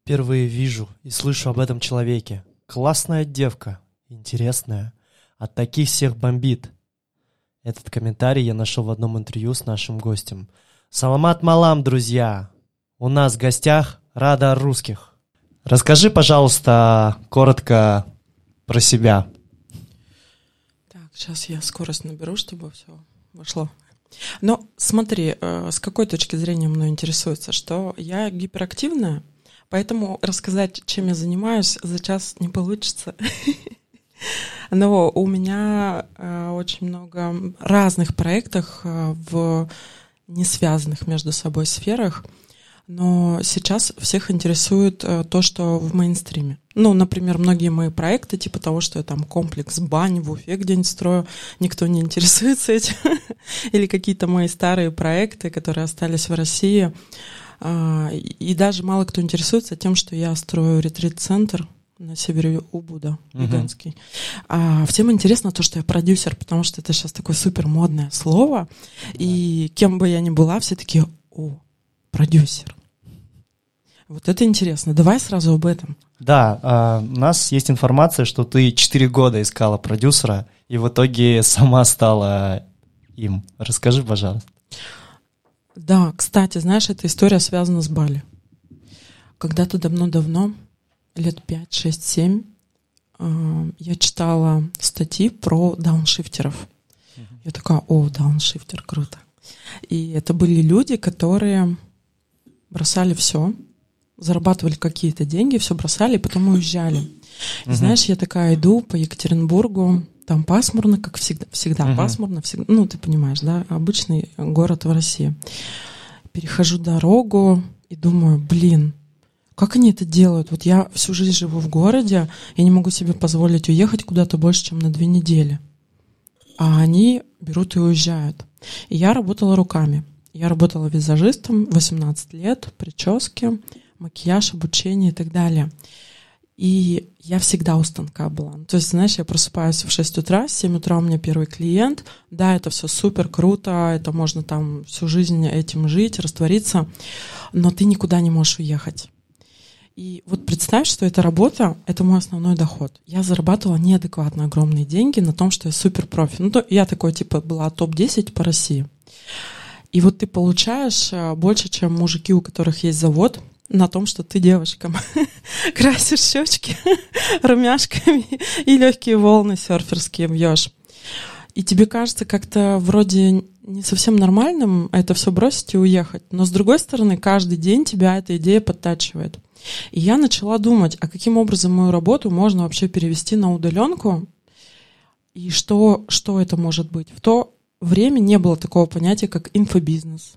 Впервые вижу и слышу об этом человеке. Классная девка, интересная. От таких всех бомбит. Этот комментарий я нашел в одном интервью с нашим гостем. Саламат малам, друзья! У нас в гостях Рада Русских. Расскажи, пожалуйста, коротко про себя. Так, сейчас я скорость наберу, чтобы все вошло. Но смотри, с какой точки зрения мной интересуется, что я гиперактивная, поэтому рассказать, чем я занимаюсь, за час не получится. Но у меня очень много разных проектов в не связанных между собой сферах, но сейчас всех интересует то, что в мейнстриме. Ну, например, многие мои проекты, типа того, что я там комплекс бань в Уфе где-нибудь строю, никто не интересуется этим. Или какие-то мои старые проекты, которые остались в России. И даже мало кто интересуется тем, что я строю ретрит-центр на севере Убуда, веганский. А всем интересно то, что я продюсер, потому что это сейчас такое супер модное слово. И кем бы я ни была, все такие: о, продюсер. Вот это интересно. Давай сразу об этом. Да, у нас есть информация, что ты 4 года искала продюсера, и в итоге сама стала им. Расскажи, пожалуйста. Да, кстати, знаешь, эта история связана с Бали. Когда-то давно-давно, лет 5, 6, 7, я читала статьи про дауншифтеров. Я такая: о, дауншифтер, круто. И это были люди, которые бросали все, зарабатывали какие-то деньги, все бросали и потом уезжали. И знаешь, я такая иду по Екатеринбургу, там пасмурно, как всегда пасмурно, всегда, ну, ты понимаешь, да, обычный город в России. Перехожу дорогу и думаю: блин, как они это делают? Вот я всю жизнь живу в городе, я не могу себе позволить уехать куда-то больше, чем на 2 недели. А они берут и уезжают. И я работала руками. Я работала визажистом 18 лет, прически, макияж, обучение и так далее. И я всегда у станка была. То есть, знаешь, я просыпаюсь в 6 утра, в 7 утра у меня первый клиент. Да, это все супер круто, это можно там всю жизнь этим жить, раствориться, но ты никуда не можешь уехать. И вот представь, что эта работа — это мой основной доход. Я зарабатывала неадекватно огромные деньги на том, что я суперпрофи. Ну, я такой, типа, была топ-10 по России. И вот ты получаешь больше, чем мужики, у которых есть завод, на том, что ты девочкам красишь щечки румяшками и легкие волны серферские вьешь. И тебе кажется как-то вроде не совсем нормальным это все бросить и уехать. Но, с другой стороны, каждый день тебя эта идея подтачивает. И я начала думать, а каким образом мою работу можно вообще перевести на удаленку, и что это может быть. В то время не было такого понятия, как инфобизнес.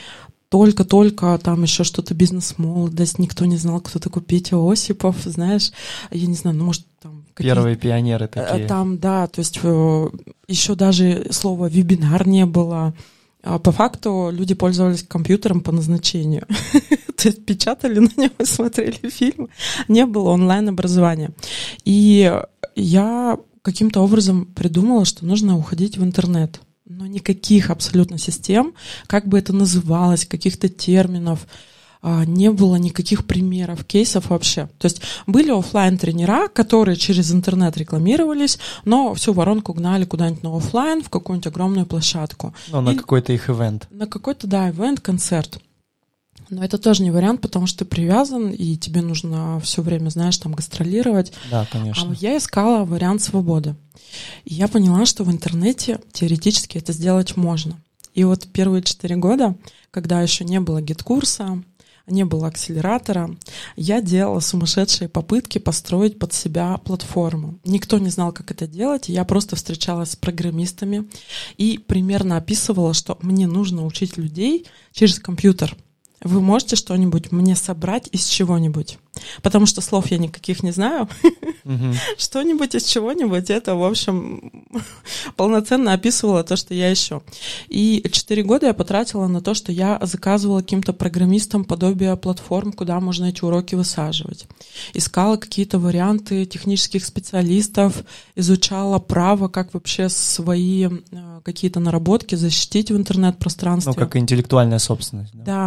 Только там еще что-то бизнес-молодость, никто не знал, кто такой Петя Осипов, знаешь, я не знаю, ну, может, там... Первые пионеры такие. Там, да, то есть еще даже слова «вебинар» не было. По факту люди пользовались компьютером по назначению. То есть печатали на него, смотрели фильмы. Не было онлайн-образования. И я каким-то образом придумала, что нужно уходить в интернет. Но никаких абсолютно систем, как бы это называлось, каких-то терминов, не было никаких примеров, кейсов вообще. То есть были офлайн-тренера, которые через интернет рекламировались, но всю воронку гнали куда-нибудь на офлайн, в какую-нибудь огромную площадку. Ну, на какой-то их ивент. На какой-то, да, ивент, концерт. Но это тоже не вариант, потому что ты привязан, и тебе нужно все время, знаешь, там гастролировать. Да, конечно. А я искала вариант свободы. И я поняла, что в интернете теоретически это сделать можно. И вот первые 4 года, когда еще не было гид-курса, не было акселератора, я делала сумасшедшие попытки построить под себя платформу. Никто не знал, как это делать, я просто встречалась с программистами и примерно описывала, что мне нужно учить людей через компьютер. Вы можете что-нибудь мне собрать из чего-нибудь? Потому что слов я никаких не знаю. Что-нибудь из чего-нибудь, это, в общем, полноценно описывала то, что я ищу. И 4 года я потратила на то, что я заказывала каким-то программистам подобие платформ, куда можно эти уроки высаживать. Искала какие-то варианты технических специалистов, изучала право, как вообще свои какие-то наработки защитить в интернет-пространстве. Ну, как интеллектуальная собственность. Да, и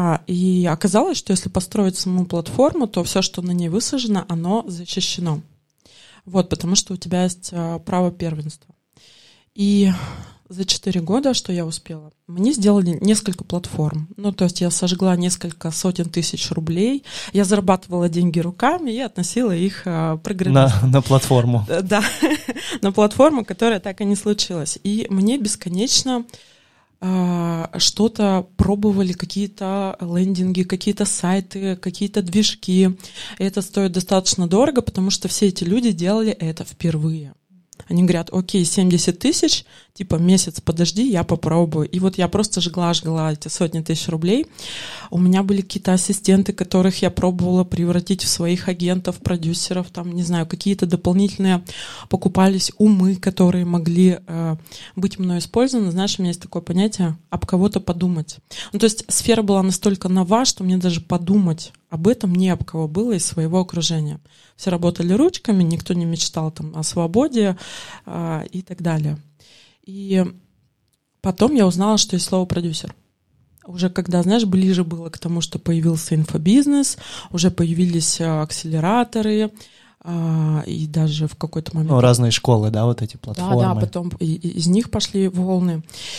И оказалось, что если построить саму платформу, то все, что на ней высажено, оно защищено. Вот, потому что у тебя есть право первенства. И за 4 года, что я успела, мне сделали несколько платформ. Ну, то есть я сожгла несколько сотен тысяч рублей, я зарабатывала деньги руками и относила их программистам. На платформу. Да, на платформу, которая так и не случилась. И мне бесконечно что-то пробовали, какие-то лендинги, какие-то сайты, какие-то движки. И это стоит достаточно дорого, потому что все эти люди делали это впервые. Они говорят, окей, 70 тысяч, типа месяц подожди, я попробую. И вот я просто жгла эти сотни тысяч рублей. У меня были какие-то ассистенты, которых я пробовала превратить в своих агентов, продюсеров, там, не знаю, какие-то дополнительные покупались умы, которые могли быть мной использованы. Знаешь, у меня есть такое понятие об кого-то подумать. Ну, то есть сфера была настолько нова, что мне даже подумать об этом не об кого было из своего окружения. Все работали ручками, никто не мечтал там о свободе и так далее. И потом я узнала, что есть слово «продюсер». Уже когда, знаешь, ближе было к тому, что появился инфобизнес, уже появились акселераторы, и даже в какой-то момент... Ну, разные школы, да, вот эти платформы. Да, потом из них пошли волны.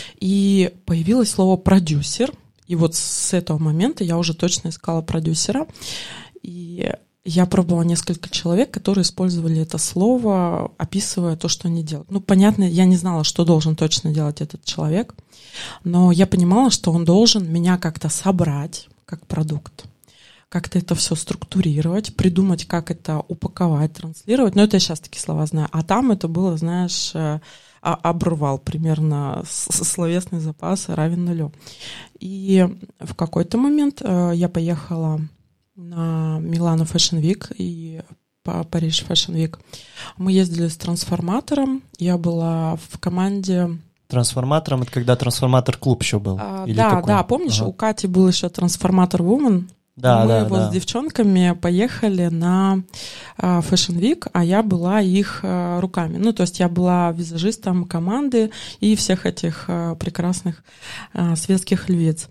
И появилось слово «продюсер». И вот с этого момента я уже точно искала продюсера. И я пробовала несколько человек, которые использовали это слово, описывая то, что они делают. Ну, понятно, я не знала, что должен точно делать этот человек, но я понимала, что он должен меня как-то собрать как продукт, как-то это все структурировать, придумать, как это упаковать, транслировать. Но это я сейчас такие слова знаю. А там это было, знаешь, обрывал примерно словесный запас равен 0. И в какой-то момент я поехала на Милано Fashion Week и Париж Fashion Week. Мы ездили с трансформатором. Я была в команде... Трансформатором — это когда трансформатор-клуб еще был? Да, помнишь, у Кати был еще трансформатор Woman. Мы с девчонками поехали на Fashion Week, а я была их руками. Ну, то есть я была визажистом команды и всех этих прекрасных светских львиц.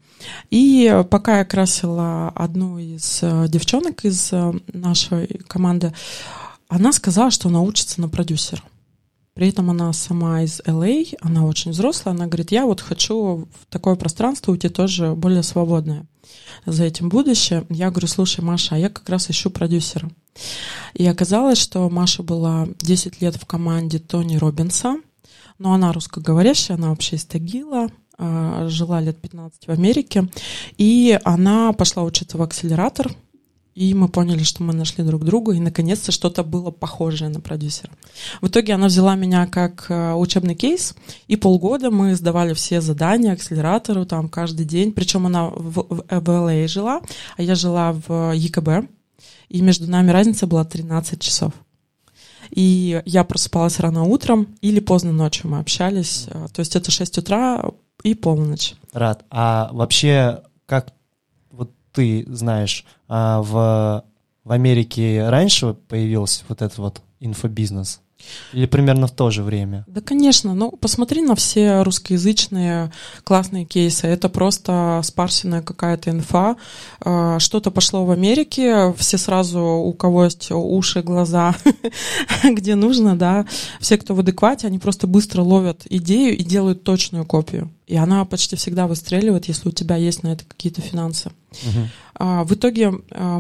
И пока я красила одну из девчонок из нашей команды, она сказала, что она учится на продюсера. При этом она сама из LA, она очень взрослая, она говорит, я вот хочу в такое пространство уйти тоже более свободное. За этим будущее. Я говорю, слушай, Маша, а я как раз ищу продюсера. И оказалось, что Маша была 10 лет в команде Тони Роббинса, но она русскоговорящая, она вообще из Тагила, жила лет 15 в Америке, и она пошла учиться в акселератор, и мы поняли, что мы нашли друг друга, и наконец-то что-то было похожее на продюсера. В итоге она взяла меня как учебный кейс, и полгода мы сдавали все задания акселератору там каждый день, причем она в LA жила, а я жила в ЕКБ, и между нами разница была 13 часов. И я просыпалась рано утром или поздно ночью мы общались, то есть это 6 утра и полночь. Рад. А вообще, как вот ты знаешь, в Америке раньше появился вот этот вот инфобизнес? Или примерно в то же время? Да, конечно. Ну, посмотри на все русскоязычные классные кейсы. Это просто спарсенная какая-то инфа. Что-то пошло в Америке, все сразу, у кого есть уши, глаза, где нужно, да. Все, кто в адеквате, они просто быстро ловят идею и делают точную копию. И она почти всегда выстреливает, если у тебя есть на это какие-то финансы. В итоге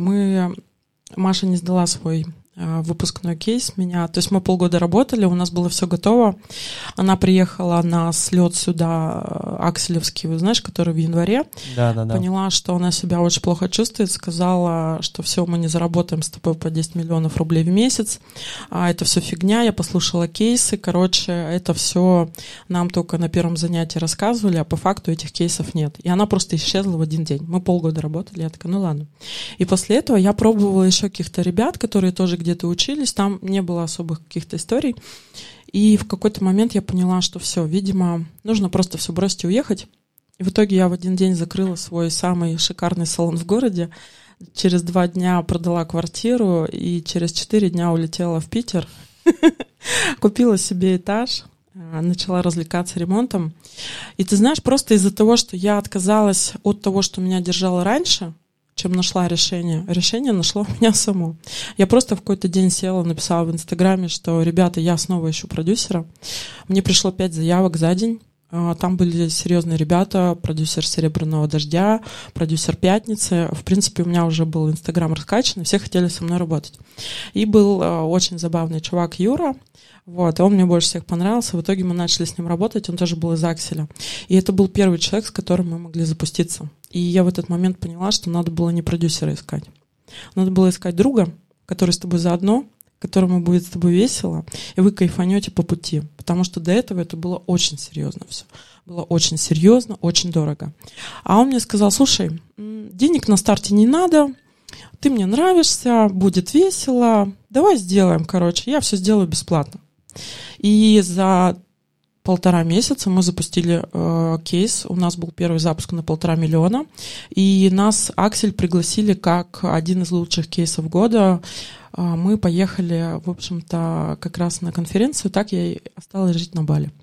Маша не сдала свой выпускной кейс меня. То есть мы полгода работали, у нас было все готово. Она приехала на слет сюда, акселевский, вы знаешь, который в январе. Да. Поняла, что она себя очень плохо чувствует, сказала, что все, мы не заработаем с тобой по 10 миллионов рублей в месяц. Это все фигня, я послушала кейсы. Короче, это все нам только на первом занятии рассказывали, а по факту этих кейсов нет. И она просто исчезла в один день. Мы полгода работали, я такая, ну ладно. И после этого я пробовала еще каких-то ребят, которые тоже где-то учились, там не было особых каких-то историй. И в какой-то момент я поняла, что все, видимо, нужно просто все бросить и уехать. И в итоге я в один день закрыла свой самый шикарный салон в городе. Через 2 дня продала квартиру и через 4 дня улетела в Питер. Купила себе этаж, начала развлекаться ремонтом. И ты знаешь, просто из-за того, что я отказалась от того, что меня держало раньше, чем нашла решение. Решение нашло меня само. Я просто в какой-то день села, написала в Инстаграме, что, ребята, я снова ищу продюсера. Мне пришло 5 заявок за день. Там были серьезные ребята, продюсер «Серебряного дождя», продюсер «Пятницы». В принципе, у меня уже был Инстаграм раскачан, и все хотели со мной работать. И был очень забавный чувак Юра, вот, и он мне больше всех понравился. В итоге мы начали с ним работать, он тоже был из Акселя. И это был первый человек, с которым мы могли запуститься. И я в этот момент поняла, что надо было не продюсера искать. Надо было искать друга, который с тобой заодно, которому будет с тобой весело, и вы кайфанете по пути. Потому что до этого это было очень серьезно все. Было очень серьезно, очень дорого. А он мне сказал: слушай, денег на старте не надо, ты мне нравишься, будет весело, давай сделаем, короче, я все сделаю бесплатно. И за 1,5 месяца мы запустили кейс. У нас был первый запуск на 1,5 миллиона. И нас Аксель пригласили как один из лучших кейсов года. Мы поехали, в общем-то, как раз на конференцию. Так я и осталась жить на Бали.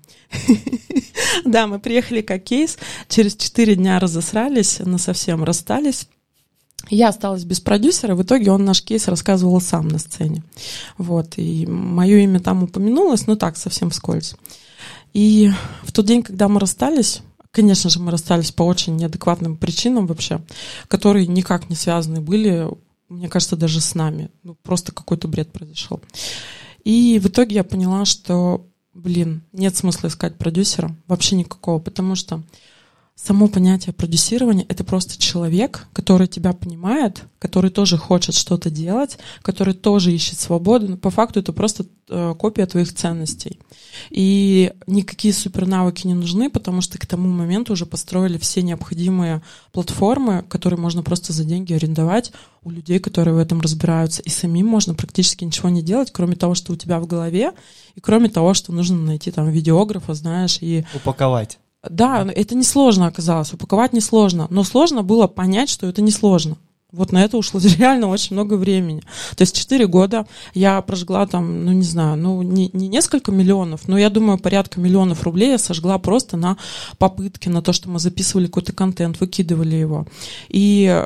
Да, мы приехали как кейс. Через 4 дня разосрались, насовсем расстались. Я осталась без продюсера, в итоге он наш кейс рассказывал сам на сцене. Вот, и мое имя там упомянулось, но так, совсем вскользь. И в тот день, когда мы расстались, конечно же, мы расстались по очень неадекватным причинам вообще, которые никак не связаны были, мне кажется, даже с нами. Ну, просто какой-то бред произошел. И в итоге я поняла, что, нет смысла искать продюсера, вообще никакого, потому что само понятие продюсирования — это просто человек, который тебя понимает, который тоже хочет что-то делать, который тоже ищет свободу. Но по факту это просто копия твоих ценностей. И никакие супернавыки не нужны, потому что к тому моменту уже построили все необходимые платформы, которые можно просто за деньги арендовать у людей, которые в этом разбираются. И самим можно практически ничего не делать, кроме того, что у тебя в голове, и кроме того, что нужно найти там видеографа, знаешь, и упаковать. Да, это несложно оказалось, упаковать несложно, но сложно было понять, что это несложно. Вот на это ушло реально очень много времени. То есть 4 года я прожгла там, не несколько миллионов, но я думаю, порядка миллионов рублей я сожгла просто на попытки, на то, что мы записывали какой-то контент, выкидывали его. И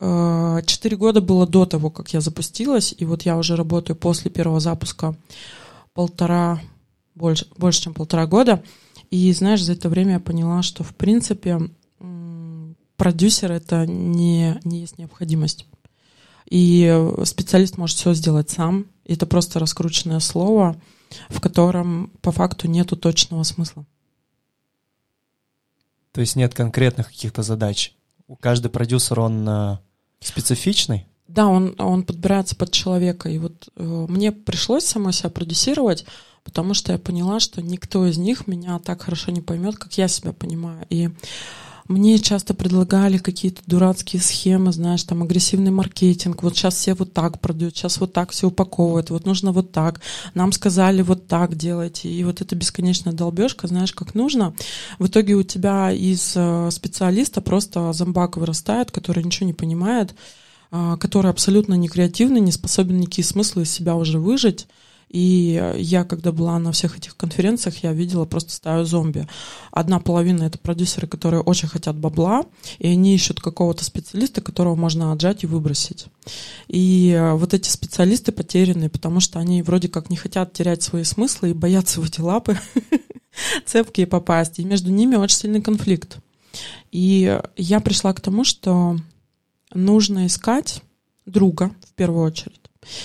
4 года было до того, как я запустилась, и вот я уже работаю после первого запуска больше чем 1,5 года. И, знаешь, за это время я поняла, что, в принципе, продюсер — это не есть необходимость. И специалист может все сделать сам. Это просто раскрученное слово, в котором по факту нету точного смысла. То есть нет конкретных каких-то задач? У каждого продюсера он специфичный? Да, он подбирается под человека. И вот мне пришлось самой себя продюсировать, потому что я поняла, что никто из них меня так хорошо не поймет, как я себя понимаю. И мне часто предлагали какие-то дурацкие схемы, знаешь, там агрессивный маркетинг. Вот сейчас все вот так продают, сейчас вот так все упаковывают, вот нужно вот так. Нам сказали вот так делайте. И вот эта бесконечная долбежка, знаешь, как нужно. В итоге у тебя из специалиста просто зомбак вырастает, который ничего не понимает, который абсолютно не креативный, не способен никакие смыслы из себя уже выжить. И я, когда была на всех этих конференциях, я видела просто стаю зомби. Одна половина — это продюсеры, которые очень хотят бабла, и они ищут какого-то специалиста, которого можно отжать и выбросить. И вот эти специалисты потерянные, потому что они вроде как не хотят терять свои смыслы и боятся в эти лапы цепкие попасть. И между ними очень сильный конфликт. И я пришла к тому, что нужно искать друга в первую очередь.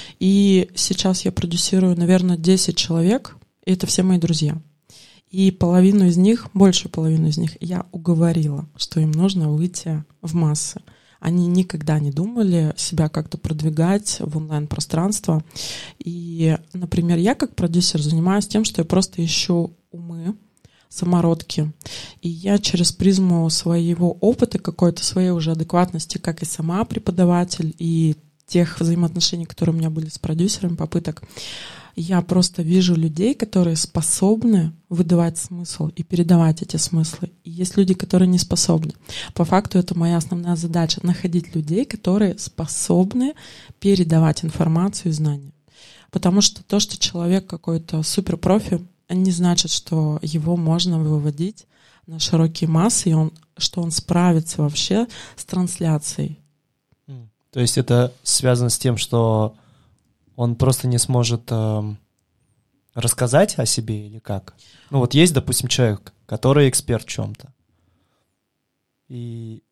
И сейчас я продюсирую, наверное, 10 человек, и это все мои друзья. И большую половину из них я уговорила, что им нужно выйти в массы. Они никогда не думали себя как-то продвигать в онлайн-пространство. И, например, я как продюсер занимаюсь тем, что я просто ищу умы, самородки. И я через призму своего опыта, какой-то своей уже адекватности, как и сама преподаватель, и тех взаимоотношений, которые у меня были с продюсером, попыток, я просто вижу людей, которые способны выдавать смысл и передавать эти смыслы. И есть люди, которые не способны. По факту это моя основная задача — находить людей, которые способны передавать информацию и знания. Потому что то, что человек какой-то суперпрофи, не значит, что его можно выводить на широкие массы, и что он справится вообще с трансляцией. То есть это связано с тем, что он просто не сможет рассказать о себе или как? Ну вот есть, допустим, человек, который эксперт в чем-то. И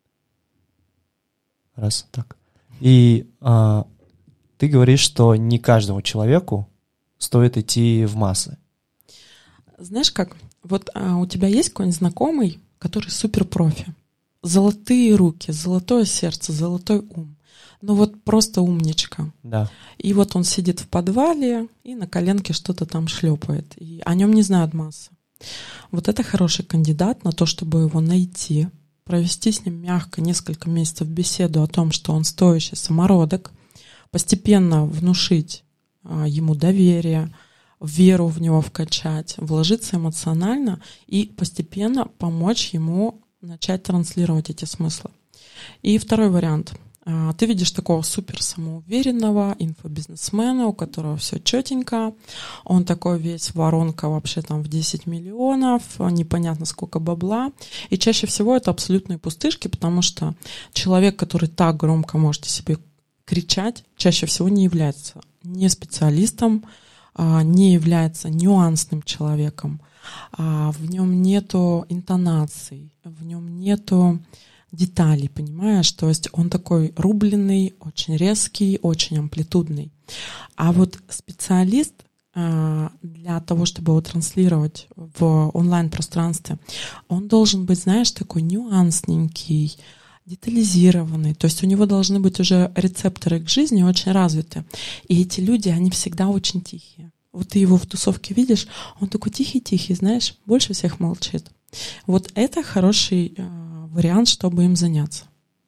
ты говоришь, что не каждому человеку стоит идти в массы. Знаешь как? Вот у тебя есть какой-нибудь знакомый, который суперпрофи. Золотые руки, золотое сердце, золотой ум. Ну вот просто умничка. Да. И вот он сидит в подвале и на коленке что-то там шлепает. И о нем не знают массы. Вот это хороший кандидат на то, чтобы его найти, провести с ним мягко несколько месяцев беседу о том, что он стоящий самородок, постепенно внушить ему доверие, веру в него вкачать, вложиться эмоционально и постепенно помочь ему начать транслировать эти смыслы. И второй вариант. Ты видишь такого супер самоуверенного инфобизнесмена, у которого все четенько, он такой весь воронка вообще там в 10 миллионов, непонятно сколько бабла. И чаще всего это абсолютные пустышки, потому что человек, который так громко может о себе кричать, чаще всего не является ни специалистом, не является нюансным человеком. В нем нету интонаций, в нем нету деталей, понимаешь? То есть он такой рубленый, очень резкий, очень амплитудный. А вот специалист для того, чтобы его транслировать в онлайн-пространстве, он должен быть, знаешь, такой нюансненький, детализированный. То есть у него должны быть уже рецепторы к жизни очень развиты. И эти люди, они всегда очень тихие. Вот ты его в тусовке видишь, он такой тихий-тихий, знаешь, больше всех молчит. Вот это хороший вариант, чтобы им заняться.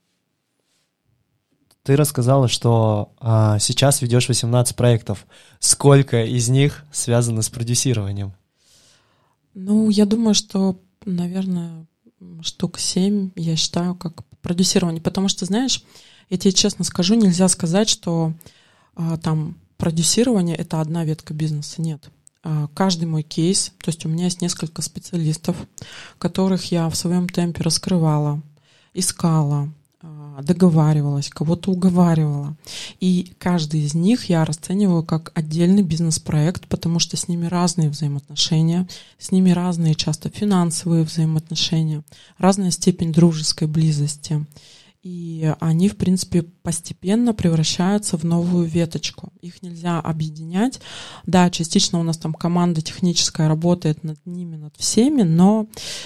Ты рассказала, что сейчас ведешь 18 проектов. Сколько из них связано с продюсированием? Ну, я думаю, что, наверное, штук 7, я считаю, как продюсирование. Потому что, знаешь, я тебе честно скажу, нельзя сказать, что там продюсирование — это одна ветка бизнеса. Нет. Каждый мой кейс, то есть у меня есть несколько специалистов, которых я в своем темпе раскрывала, искала, договаривалась, кого-то уговаривала. И каждый из них я расцениваю как отдельный бизнес-проект, потому что с ними разные взаимоотношения, с ними разные часто финансовые взаимоотношения, разная степень дружеской близости. И они, в принципе, постепенно превращаются в новую веточку. Их нельзя объединять. Да, частично у нас там команда техническая работает над ними, над всеми, но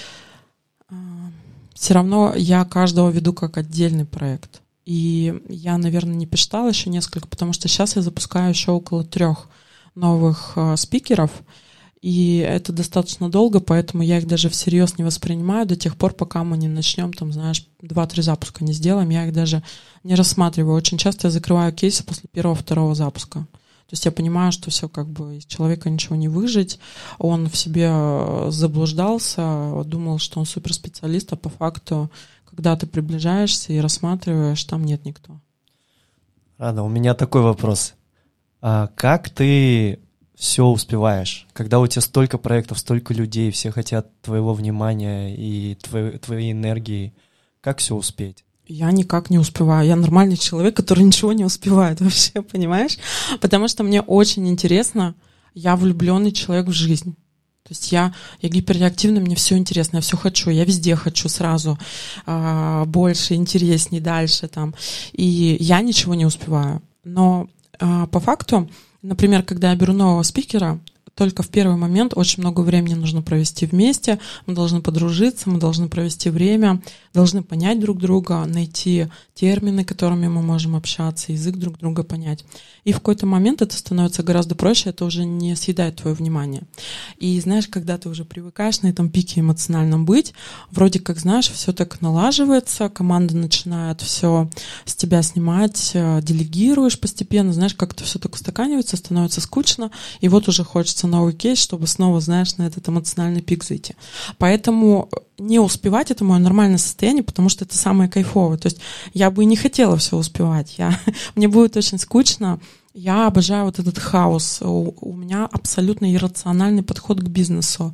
все равно я каждого веду как отдельный проект. И я, наверное, не посчитала еще несколько, потому что сейчас я запускаю еще около 3 новых спикеров, и это достаточно долго, поэтому я их даже всерьез не воспринимаю до тех пор, пока мы не начнем, там, знаешь, 2-3 запуска не сделаем, я их даже не рассматриваю. Очень часто я закрываю кейсы после 1-2 запуска. То есть я понимаю, что все, как бы из человека ничего не выжить, он в себе заблуждался, думал, что он суперспециалист, а по факту, когда ты приближаешься и рассматриваешь, там нет никто. Рада, у меня такой вопрос. Как ты все успеваешь, когда у тебя столько проектов, столько людей, все хотят твоего внимания и твоей энергии? Как все успеть? Я никак не успеваю. Я нормальный человек, который ничего не успевает вообще, понимаешь? Потому что мне очень интересно, я влюбленный человек в жизнь. То есть я гиперактивна, мне все интересно, я все хочу, я везде хочу сразу больше, интересней, дальше там. И я ничего не успеваю. Но по факту, например, когда я беру нового спикера, только в первый момент очень много времени нужно провести вместе, мы должны подружиться, мы должны провести время, должны понять друг друга, найти термины, которыми мы можем общаться, язык друг друга понять. И в какой-то момент это становится гораздо проще, это уже не съедает твое внимание. И знаешь, когда ты уже привыкаешь на этом пике эмоциональном быть, вроде как, знаешь, все так налаживается, команда начинает все с тебя снимать, делегируешь постепенно, знаешь, как-то все так устаканивается, становится скучно, и вот уже хочется новый кейс, чтобы снова, знаешь, на этот эмоциональный пик зайти. Поэтому не успевать — это мое нормальное состояние, потому что это самое кайфовое. То есть я бы и не хотела все успевать. Мне будет очень скучно. Я обожаю вот этот хаос. У меня абсолютно иррациональный подход к бизнесу.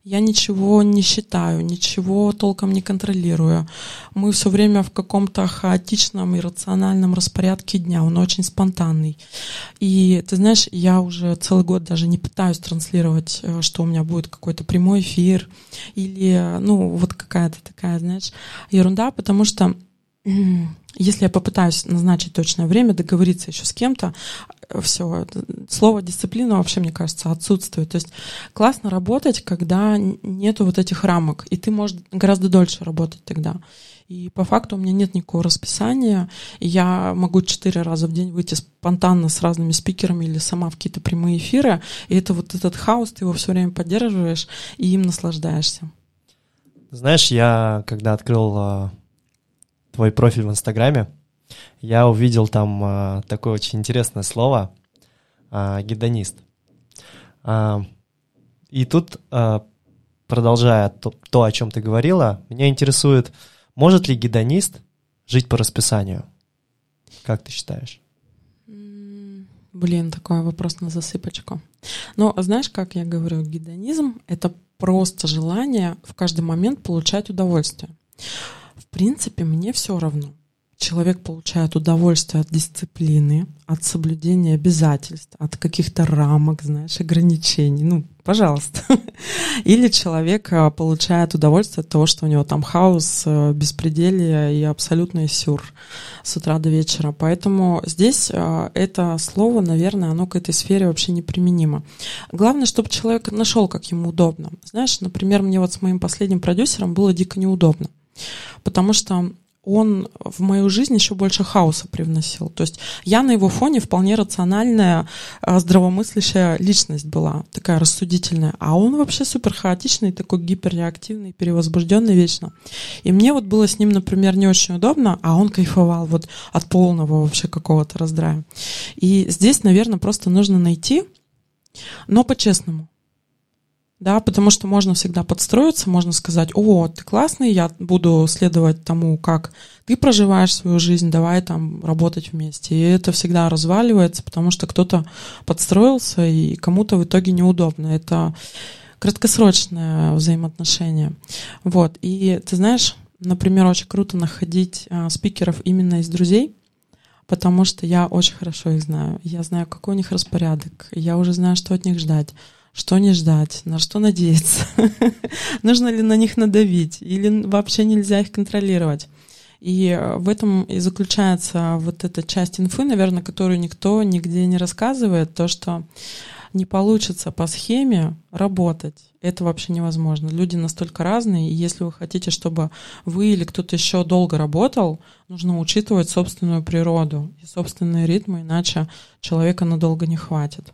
Я ничего не считаю, ничего толком не контролирую. Мы все время в каком-то хаотичном, иррациональном распорядке дня. Он очень спонтанный. И ты знаешь, я уже целый год даже не пытаюсь транслировать, что у меня будет какой-то прямой эфир или, вот какая-то такая, знаешь, ерунда, потому что если я попытаюсь назначить точное время, договориться еще с кем-то, все, слово дисциплина вообще, мне кажется, отсутствует. То есть классно работать, когда нету вот этих рамок, и ты можешь гораздо дольше работать тогда. И по факту у меня нет никакого расписания, и я могу 4 раза в день выйти спонтанно с разными спикерами или сама в какие-то прямые эфиры, и это вот этот хаос, ты его все время поддерживаешь и им наслаждаешься. Знаешь, я когда открыл твой профиль в Инстаграме, я увидел там такое очень интересное слово гедонист. И тут, продолжая то, о чем ты говорила, меня интересует, может ли гедонист жить по расписанию? Как ты считаешь? Блин, такой вопрос на засыпочку. Но знаешь, как я говорю, гедонизм — это просто желание в каждый момент получать удовольствие. В принципе, мне все равно. Человек получает удовольствие от дисциплины, от соблюдения обязательств, от каких-то рамок, знаешь, ограничений. Пожалуйста. Или человек получает удовольствие от того, что у него там хаос, беспределье и абсолютный сюр с утра до вечера. Поэтому здесь это слово, наверное, оно к этой сфере вообще неприменимо. Главное, чтобы человек нашел, как ему удобно. Знаешь, например, мне вот с моим последним продюсером было дико неудобно, потому что он в мою жизнь еще больше хаоса привносил. То есть я на его фоне вполне рациональная, здравомыслящая личность была, такая рассудительная. А он вообще супер хаотичный, такой гиперреактивный, перевозбужденный вечно. И мне вот было с ним, например, не очень удобно, а он кайфовал вот от полного вообще какого-то раздрая. И здесь, наверное, просто нужно найти, но по-честному. Да, потому что можно всегда подстроиться, можно сказать: о, ты классный, я буду следовать тому, как ты проживаешь свою жизнь, давай там работать вместе. И это всегда разваливается, потому что кто-то подстроился, и кому-то в итоге неудобно. Это краткосрочное взаимоотношение. Вот. И ты знаешь, например, очень круто находить спикеров именно из друзей, потому что я очень хорошо их знаю. Я знаю, какой у них распорядок, я уже знаю, что от них ждать. Что не ждать, на что надеяться, нужно ли на них надавить, или вообще нельзя их контролировать. И в этом и заключается вот эта часть инфы, наверное, которую никто нигде не рассказывает, то, что не получится по схеме работать. Это вообще невозможно. Люди настолько разные, и если вы хотите, чтобы вы или кто-то еще долго работал, нужно учитывать собственную природу и собственные ритмы, иначе человека надолго не хватит.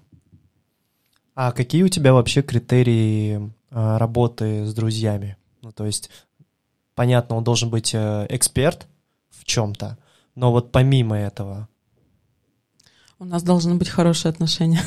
А какие у тебя вообще критерии работы с друзьями? То есть, понятно, он должен быть эксперт в чем-то, но вот помимо этого... У нас должны быть хорошие отношения.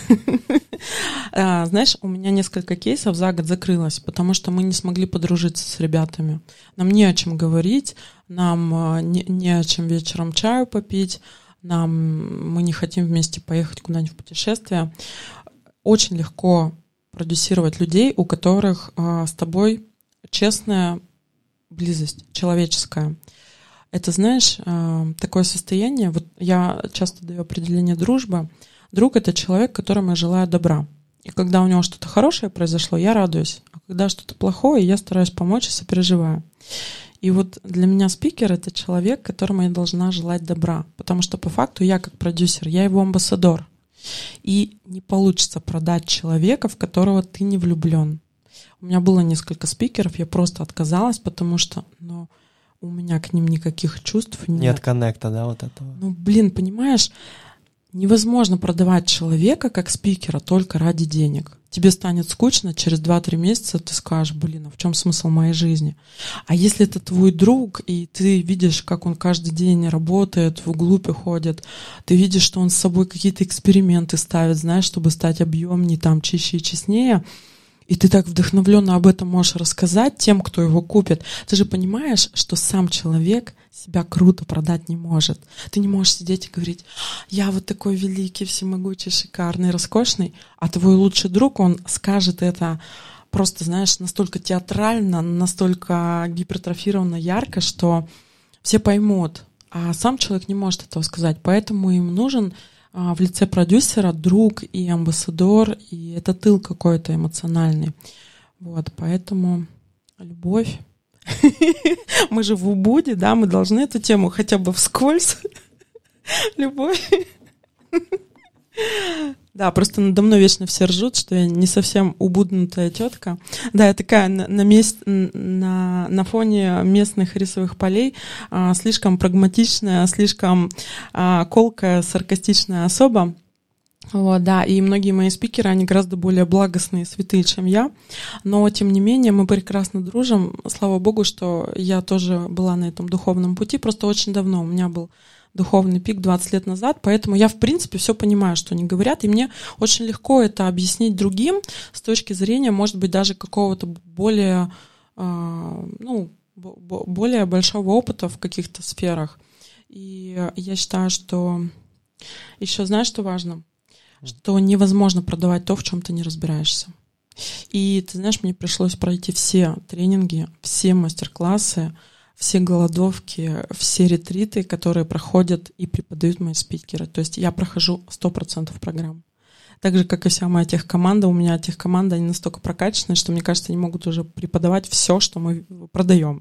Знаешь, у меня несколько кейсов за год закрылось, потому что мы не смогли подружиться с ребятами. Нам не о чем говорить, нам не о чем вечером чаю попить, мы не хотим вместе поехать куда-нибудь в путешествие. Очень легко продюсировать людей, у которых с тобой честная близость, человеческая. Это, знаешь, такое состояние, вот я часто даю определение дружбы. Друг — это человек, которому я желаю добра. И когда у него что-то хорошее произошло, я радуюсь. А когда что-то плохое, я стараюсь помочь и сопереживаю. И вот для меня спикер — это человек, которому я должна желать добра. Потому что по факту я как продюсер, я его амбассадор. И не получится продать человека, в которого ты не влюблен. У меня было несколько спикеров, я просто отказалась, потому что у меня к ним никаких чувств нет. Нет коннекта, да, вот этого? Понимаешь, невозможно продавать человека как спикера только ради денег. Тебе станет скучно, через 2-3 месяца ты скажешь: а в чем смысл моей жизни? А если это твой друг, и ты видишь, как он каждый день работает, вглубь ходит, ты видишь, что он с собой какие-то эксперименты ставит, знаешь, чтобы стать объемнее, чище и честнее, и ты так вдохновленно об этом можешь рассказать тем, кто его купит. Ты же понимаешь, что сам человек себя круто продать не может. Ты не можешь сидеть и говорить: я вот такой великий, всемогучий, шикарный, роскошный, а твой лучший друг, он скажет это просто, знаешь, настолько театрально, настолько гипертрофировано, ярко, что все поймут, а сам человек не может этого сказать. Поэтому им нужен в лице продюсера друг и амбассадор, и это тыл какой-то эмоциональный. Вот, поэтому любовь. Мы же в Убуде, да, мы должны эту тему хотя бы вскользь. Любовь. Да, просто надо мной вечно все ржут, что я не совсем убуднутая тетка. Да, я такая на фоне местных рисовых полей слишком прагматичная, слишком колкая, саркастичная особа. Вот, да, и многие мои спикеры, они гораздо более благостные и святые, чем я, но, тем не менее, мы прекрасно дружим. Слава Богу, что я тоже была на этом духовном пути, просто очень давно. У меня был духовный пик 20 лет назад, поэтому я, в принципе, все понимаю, что они говорят, и мне очень легко это объяснить другим с точки зрения, может быть, даже какого-то более, более большого опыта в каких-то сферах. И я считаю, что еще знаешь, что важно? Что невозможно продавать то, в чем ты не разбираешься. И ты знаешь, мне пришлось пройти все тренинги, все мастер-классы, все голодовки, все ретриты, которые проходят и преподают мои спикеры. То есть я прохожу 100% программ. Так же, как и вся моя техкоманда, у меня техкоманда, они настолько прокачанные, что, мне кажется, они могут уже преподавать все, что мы продаем.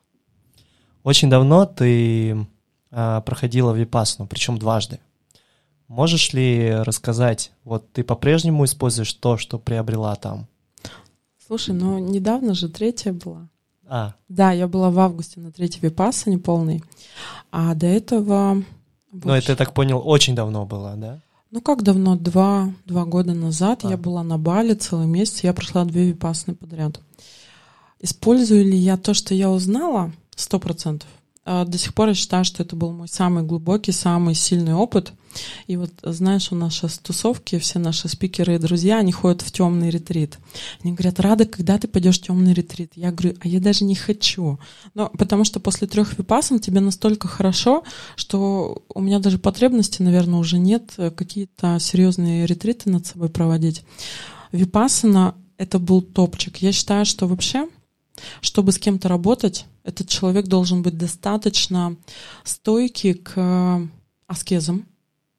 Очень давно ты проходила випассану, причем дважды. Можешь ли рассказать, вот ты по-прежнему используешь то, что приобрела там? Слушай, недавно же 3-я была. Да, я была в августе на 3-й випассане полной, а до этого... Это, я так понял, очень давно было, да? Как давно? 2 года назад я была на Бали целый месяц, я прошла 2 випассаны подряд. Использую ли я то, что я узнала? 100%. До сих пор я считаю, что это был мой самый глубокий, самый сильный опыт. И вот, знаешь, у нас сейчас тусовки, все наши спикеры и друзья, они ходят в темный ретрит. Они говорят: Рада, когда ты пойдешь в темный ретрит? Я говорю: а я даже не хочу. Потому что после 3 випассан тебе настолько хорошо, что у меня даже потребности, наверное, уже нет какие-то серьезные ретриты над собой проводить. Випассана — это был топчик. Я считаю, что вообще, чтобы с кем-то работать, этот человек должен быть достаточно стойкий к аскезам,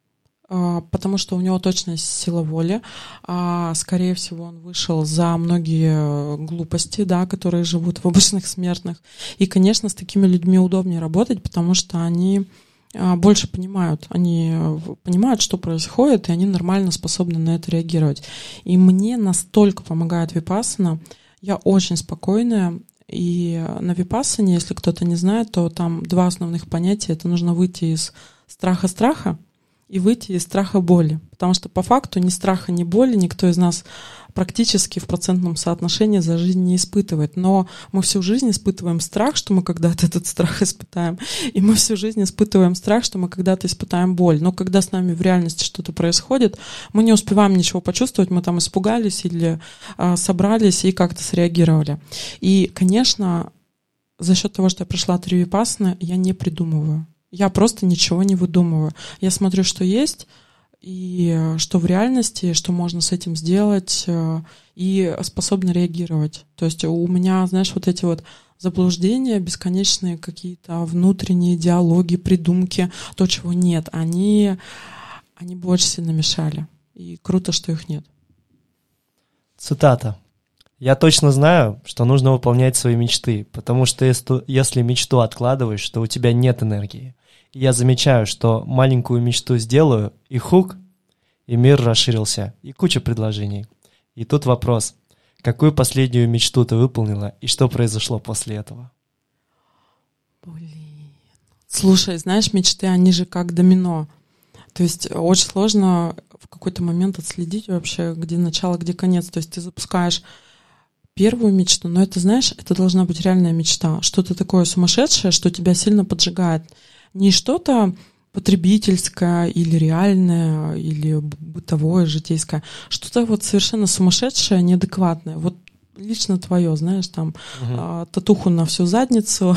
потому что у него точно есть сила воли. Скорее всего, он вышел за многие глупости, да, которые живут в обычных смертных. И, конечно, с такими людьми удобнее работать, потому что они больше понимают. Они понимают, что происходит, и они нормально способны на это реагировать. И мне настолько помогает випассана. Я очень спокойная. И на випассане, если кто-то не знает, то там 2 основных понятия. Это нужно выйти из страха и выйти из страха боли. Потому что по факту ни страха, ни боли никто из нас практически в процентном соотношении за жизнь не испытывает. Но мы всю жизнь испытываем страх, что мы когда-то этот страх испытаем. И мы всю жизнь испытываем страх, что мы когда-то испытаем боль. Но когда с нами в реальности что-то происходит, мы не успеваем ничего почувствовать, мы там испугались или собрались и как-то среагировали. И, конечно, за счет того, что я прошла 3 випассаны, я не придумываю. Я просто ничего не выдумываю. Я смотрю, что есть, и что в реальности, что можно с этим сделать, и способна реагировать. То есть у меня, знаешь, вот эти вот заблуждения, бесконечные какие-то внутренние диалоги, придумки, то, чего нет, они бы очень сильно мешали. И круто, что их нет. Цитата. «Я точно знаю, что нужно выполнять свои мечты, потому что если мечту откладываешь, то у тебя нет энергии. И я замечаю, что маленькую мечту сделаю, и хук, и мир расширился, и куча предложений. И тут вопрос, какую последнюю мечту ты выполнила, и что произошло после этого?» Слушай, знаешь, мечты, они же как домино. То есть очень сложно в какой-то момент отследить вообще, где начало, где конец. То есть ты запускаешь первую мечту, но это, знаешь, это должна быть реальная мечта. Что-то такое сумасшедшее, что тебя сильно поджигает. Не что-то потребительское или реальное, или бытовое, житейское. Что-то вот совершенно сумасшедшее, неадекватное. Вот лично твое, знаешь, там татуху на всю задницу.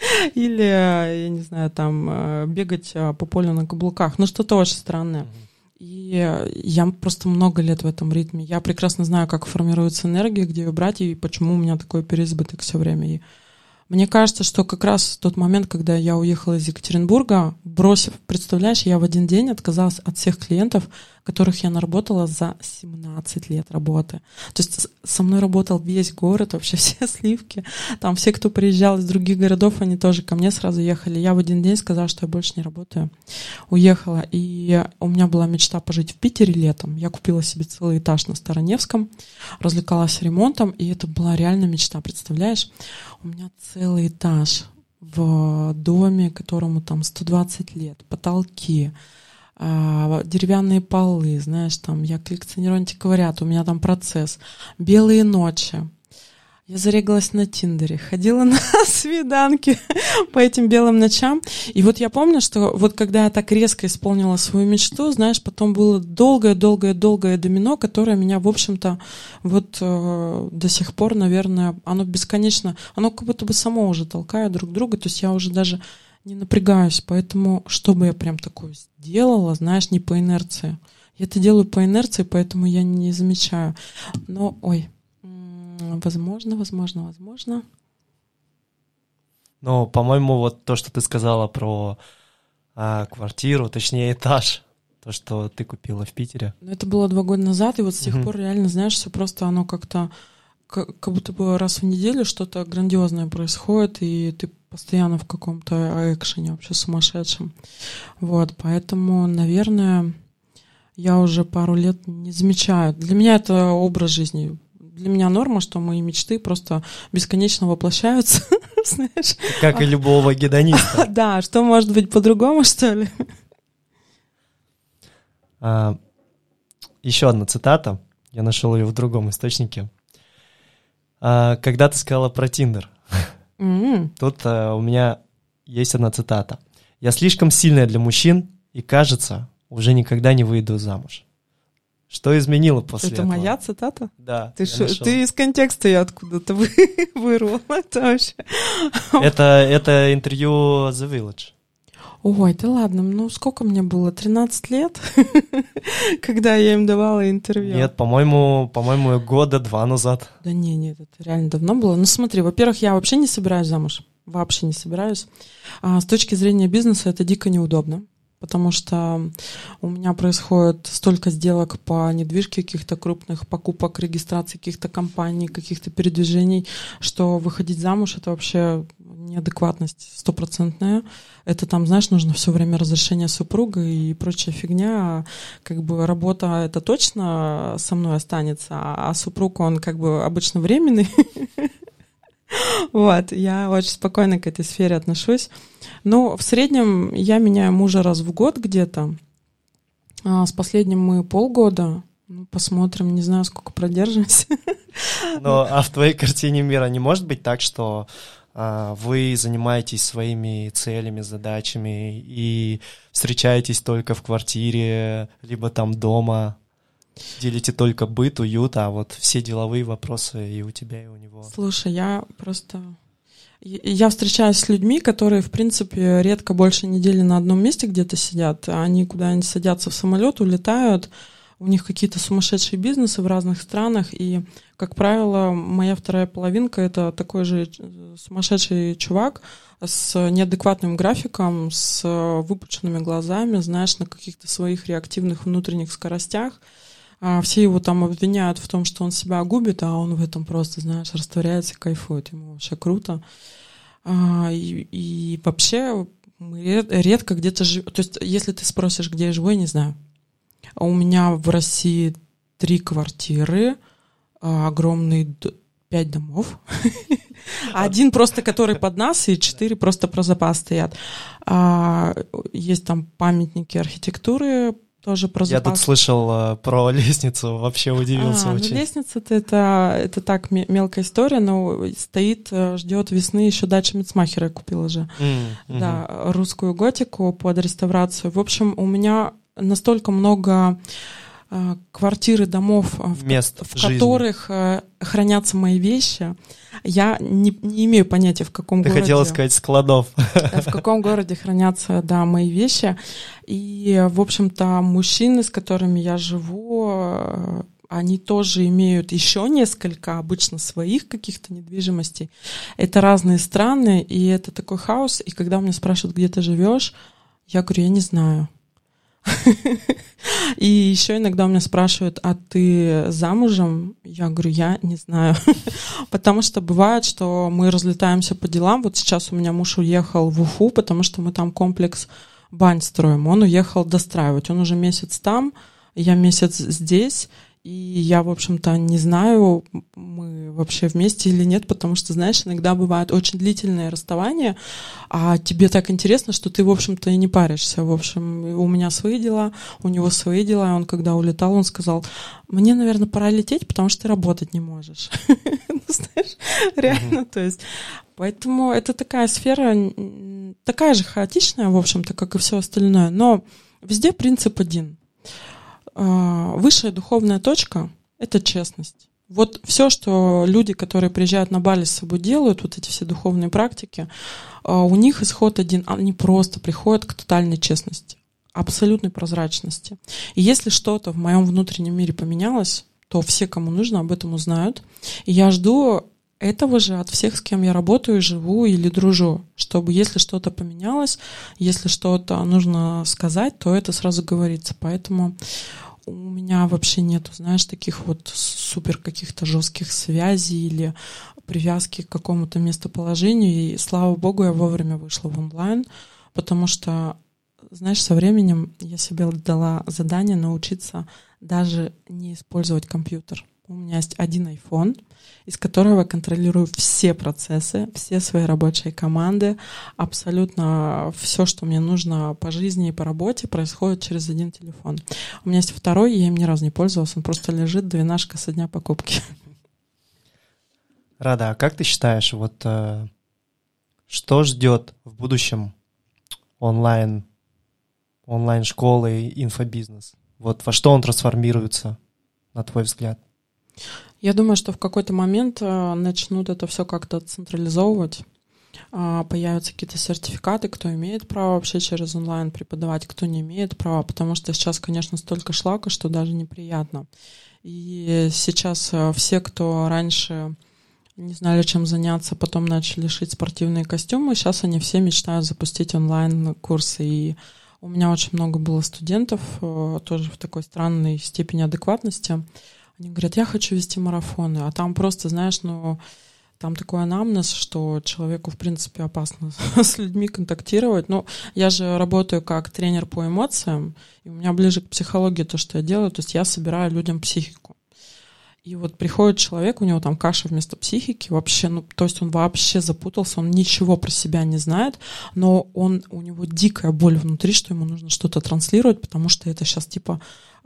Или, я не знаю, там бегать по полю на каблуках. Ну, что-то очень странное. И я просто много лет в этом ритме. Я прекрасно знаю, как формируется энергия, где ее брать, и почему у меня такой переизбыток все время. И мне кажется, что как раз в тот момент, когда я уехала из Екатеринбурга, бросив, представляешь, я в один день отказалась от всех клиентов, которых я наработала за 17 лет работы. То есть со мной работал весь город, вообще все сливки. Там все, кто приезжал из других городов, они тоже ко мне сразу ехали. Я в один день сказала, что я больше не работаю. Уехала. И у меня была мечта пожить в Питере летом. Я купила себе целый этаж на Староневском, развлекалась ремонтом, и это была реально мечта, представляешь? У меня целый этаж в доме, которому там 120 лет, потолки, деревянные полы, знаешь, там я коллекционирую антиквариат, у меня там процесс, белые ночи. Я зарегалась на Тиндере, ходила на свиданки по этим белым ночам. И вот я помню, что вот когда я так резко исполнила свою мечту, знаешь, потом было долгое-долгое-долгое домино, которое меня, в общем-то, вот до сих пор, наверное, оно бесконечно, оно как будто бы само уже толкает друг друга, то есть я уже даже не напрягаюсь, поэтому чтобы я прям такое сделала, знаешь, не по инерции. Я это делаю по инерции, поэтому я не замечаю. Но, возможно. Но, по-моему, вот то, что ты сказала про квартиру, точнее этаж, то, что ты купила в Питере. Это было 2 года назад, и вот с тех пор реально, знаешь, все просто оно как-то, как будто бы раз в неделю что-то грандиозное происходит, и ты постоянно в каком-то экшене вообще сумасшедшем. Вот, поэтому, наверное, я уже пару лет не замечаю. Для меня это образ жизни. Для меня норма, что мои мечты просто бесконечно воплощаются, знаешь. Как и любого гедониста. Да, что может быть по-другому, что ли? Еще одна цитата. Я нашел ее в другом источнике. Когда ты сказала про Тиндер, тут у меня есть одна цитата. «Я слишком сильная для мужчин и, кажется, уже никогда не выйду замуж». Что изменило после этого? Это моя цитата? Да. Ты из контекста ее откуда-то вырвал. Это вообще... Это интервью The Village. Ой, да ладно, ну сколько мне было? 13 лет? Когда я им давала интервью? Нет, по-моему, 2 года назад. Да нет, это реально давно было. Ну смотри, во-первых, я вообще не собираюсь замуж. Вообще не собираюсь. С точки зрения бизнеса это дико неудобно. Потому что у меня происходит столько сделок по недвижке, каких-то крупных покупок, регистрации каких-то компаний, каких-то передвижений, что выходить замуж — это вообще неадекватность 100%. Это там, знаешь, нужно все время разрешение супруга и прочая фигня. Как бы работа — это точно со мной останется, а супруг, он как бы обычно временный. Вот, я очень спокойно к этой сфере отношусь. Но в среднем я меняю мужа раз в год где-то. С последним мы полгода. Ну, посмотрим, не знаю, сколько продержимся. Но в твоей картине мира не может быть так, что вы занимаетесь своими целями, задачами и встречаетесь только в квартире, либо там дома? Делите только быт, уют, а вот все деловые вопросы и у тебя, и у него. Слушай, я встречаюсь с людьми, которые, в принципе, редко больше недели на одном месте где-то сидят. Они куда-нибудь садятся в самолет, улетают. У них какие-то сумасшедшие бизнесы в разных странах. И, как правило, моя вторая половинка — это такой же сумасшедший чувак с неадекватным графиком, с выпученными глазами, знаешь, на каких-то своих реактивных внутренних скоростях. Все его там обвиняют в том, что он себя губит, а он в этом просто, знаешь, растворяется, кайфует. Ему вообще круто. И вообще мы редко где-то живем. То есть если ты спросишь, где я живу, я не знаю. У меня в России 3 квартиры, огромные 5 домов. 1 просто, который под нас, и 4 просто про запас стоят. Есть там памятники архитектуры, тоже про запас. Я тут слышал про лестницу, вообще удивился очень. Ну, лестница-то это так мелкая история, но стоит, ждет весны, еще дача Мицмахера я купила же. Да, русскую готику под реставрацию. В общем, у меня настолько много квартиры, домов, в которых хранятся мои вещи. Я не имею понятия, в каком городе. Ты хотела сказать складов. В каком городе хранятся, да, мои вещи. И, в общем-то, мужчины, с которыми я живу, они тоже имеют еще несколько обычно своих каких-то недвижимостей. Это разные страны, и это такой хаос. И когда меня спрашивают, где ты живешь, я говорю, я не знаю. И еще иногда у меня спрашивают, а ты замужем? Я говорю, я не знаю. Потому что бывает, что мы разлетаемся по делам. Вот сейчас у меня муж уехал в Уфу, потому что мы там комплекс бань строим. Он уехал достраивать. Он уже месяц там, я месяц здесь. И я, в общем-то, не знаю, мы вообще вместе или нет, потому что, знаешь, иногда бывают очень длительные расставания, а тебе так интересно, что ты, в общем-то, и не паришься. В общем, у меня свои дела, у него свои дела. И он, когда улетал, он сказал, мне, наверное, пора лететь, потому что ты работать не можешь. Знаешь, реально, то есть... Поэтому это такая сфера, такая же хаотичная, в общем-то, как и все остальное, но везде принцип один. Высшая духовная точка — это честность. Вот все, что люди, которые приезжают на Бали, с собой делают, вот эти все духовные практики, у них исход один. Они просто приходят к тотальной честности, абсолютной прозрачности. И если что-то в моем внутреннем мире поменялось, то все, кому нужно, об этом узнают. И я жду этого же от всех, с кем я работаю, живу или дружу, чтобы если что-то поменялось, если что-то нужно сказать, то это сразу говорится. Поэтому у меня вообще нету, знаешь, таких вот супер каких-то жестких связей или привязки к какому-то местоположению. И слава богу, я вовремя вышла в онлайн, потому что, знаешь, со временем я себе дала задание научиться даже не использовать компьютер. У меня есть один iPhone, из которого я контролирую все процессы, все свои рабочие команды. Абсолютно все, что мне нужно по жизни и по работе, происходит через один телефон. У меня есть второй, я им ни разу не пользовалась, он просто лежит, двенашка со дня покупки. Рада, а как ты считаешь, вот что ждет в будущем онлайн-школы и инфобизнес? Вот во что он трансформируется, на твой взгляд? Я думаю, что в какой-то момент начнут это все как-то централизовывать. Появятся какие-то сертификаты, кто имеет право вообще через онлайн преподавать, кто не имеет права, потому что сейчас, конечно, столько шлака, что даже неприятно. И сейчас все, кто раньше не знали, чем заняться, потом начали шить спортивные костюмы, сейчас они все мечтают запустить онлайн-курсы. И у меня очень много было студентов, тоже в такой странной степени адекватности. Они говорят, я хочу вести марафоны, а там просто, знаешь, там такой анамнез, что человеку, в принципе, опасно с людьми контактировать. Но я же работаю как тренер по эмоциям, и у меня ближе к психологии то, что я делаю, то есть я собираю людям психику. И вот приходит человек, у него там каша вместо психики, вообще, то есть он вообще запутался, он ничего про себя не знает, но у него дикая боль внутри, что ему нужно что-то транслировать, потому что это сейчас типа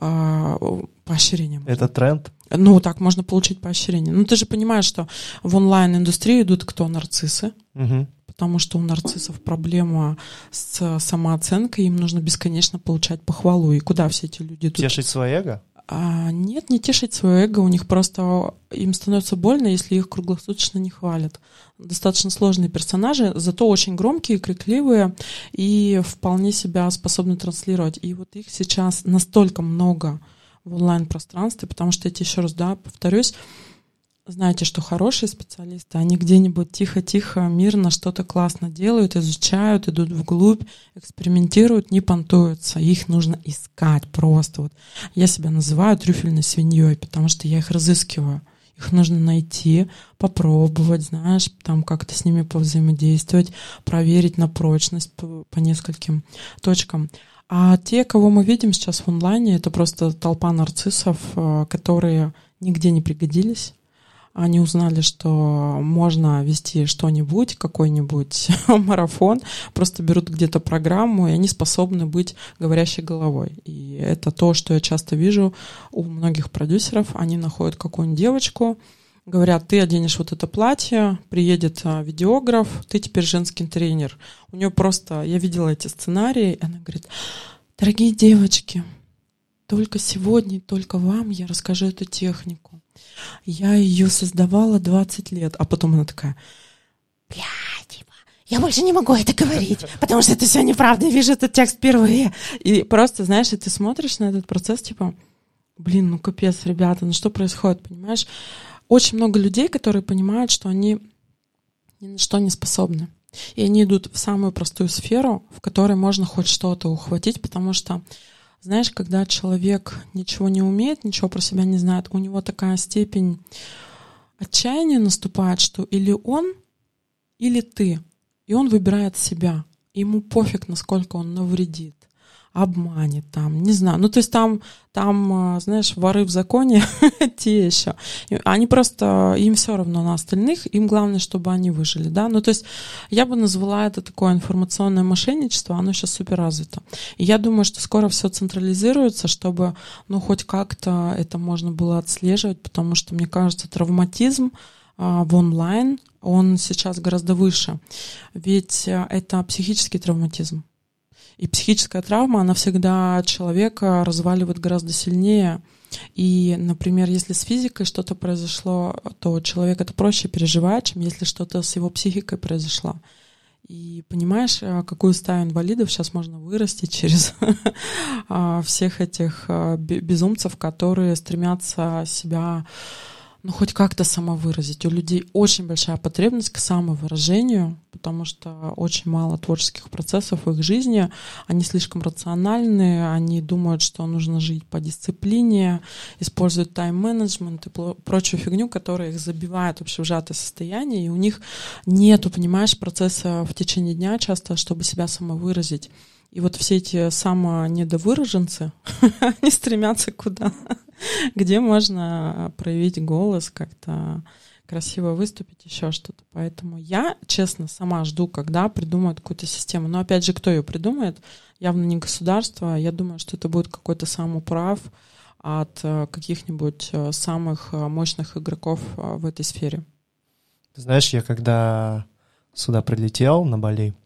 поощрение. Это тренд? Так можно получить поощрение. Ты же понимаешь, что в онлайн-индустрии идут кто? Нарциссы. Угу. Потому что у нарциссов проблема с самооценкой, им нужно бесконечно получать похвалу. И куда все эти люди идут? Тешить свое эго? Нет, не тешить свое эго, у них просто им становится больно, если их круглосуточно не хвалят. Достаточно сложные персонажи, зато очень громкие, крикливые и вполне себя способны транслировать. И вот их сейчас настолько много в онлайн-пространстве, потому что эти, еще раз, повторюсь, знаете, что хорошие специалисты, они где-нибудь тихо-тихо, мирно что-то классно делают, изучают, идут вглубь, экспериментируют, не понтуются. Их нужно искать просто. Вот я себя называю трюфельной свиньей, потому что я их разыскиваю. Их нужно найти, попробовать, знаешь, там как-то с ними повзаимодействовать, проверить на прочность по нескольким точкам. А те, кого мы видим сейчас в онлайне, это просто толпа нарциссов, которые нигде не пригодились. Они узнали, что можно вести что-нибудь, какой-нибудь марафон, просто берут где-то программу, и они способны быть говорящей головой. И это то, что я часто вижу у многих продюсеров. Они находят какую-нибудь девочку, говорят, ты оденешь вот это платье, приедет видеограф, ты теперь женский тренер. У нее просто, я видела эти сценарии, и она говорит, дорогие девочки, только сегодня, только вам я расскажу эту технику. Я ее создавала 20 лет, а потом она такая: блядь, я больше не могу это говорить, потому что это все неправда, я вижу этот текст впервые. И просто, знаешь, и ты смотришь на этот процесс, типа, блин, ну капец, ребята, ну что происходит, понимаешь? Очень много людей, которые понимают, что они ни на что не способны. И они идут в самую простую сферу, в которой можно хоть что-то ухватить, потому что, знаешь, когда человек ничего не умеет, ничего про себя не знает, у него такая степень отчаяния наступает, что или он, или ты. И он выбирает себя. Ему пофиг, насколько он навредит, обманет там, не знаю. Ну, то есть там, знаешь, воры в законе те еще. Они просто, им все равно на остальных, им главное, чтобы они выжили, да. Ну, то есть я бы назвала это такое информационное мошенничество, оно сейчас супер развито. И я думаю, что скоро все централизируется, чтобы, ну, хоть как-то это можно было отслеживать, потому что, мне кажется, травматизм в онлайн, он сейчас гораздо выше. Ведь это психический травматизм. И психическая травма, она всегда человека разваливает гораздо сильнее. И, например, если с физикой что-то произошло, то человек это проще переживает, чем если что-то с его психикой произошло. И понимаешь, какую стаю инвалидов сейчас можно вырастить через всех этих безумцев, которые стремятся себя, ну, хоть как-то самовыразить. У людей очень большая потребность к самовыражению, потому что очень мало творческих процессов в их жизни. Они слишком рациональны, они думают, что нужно жить по дисциплине, используют тайм-менеджмент и прочую фигню, которая их забивает вообще в сжатое состояние, и у них нету, понимаешь, процесса в течение дня часто, чтобы себя самовыразить. И вот все эти самонедовыраженцы, они стремятся куда? Где можно проявить голос, как-то красиво выступить, еще что-то. Поэтому я, честно, сама жду, когда придумают какую-то систему. Но опять же, кто ее придумает? Явно не государство. Я думаю, что это будет какой-то самоуправ от каких-нибудь самых мощных игроков в этой сфере. Ты знаешь, я когда сюда прилетел, на Бали,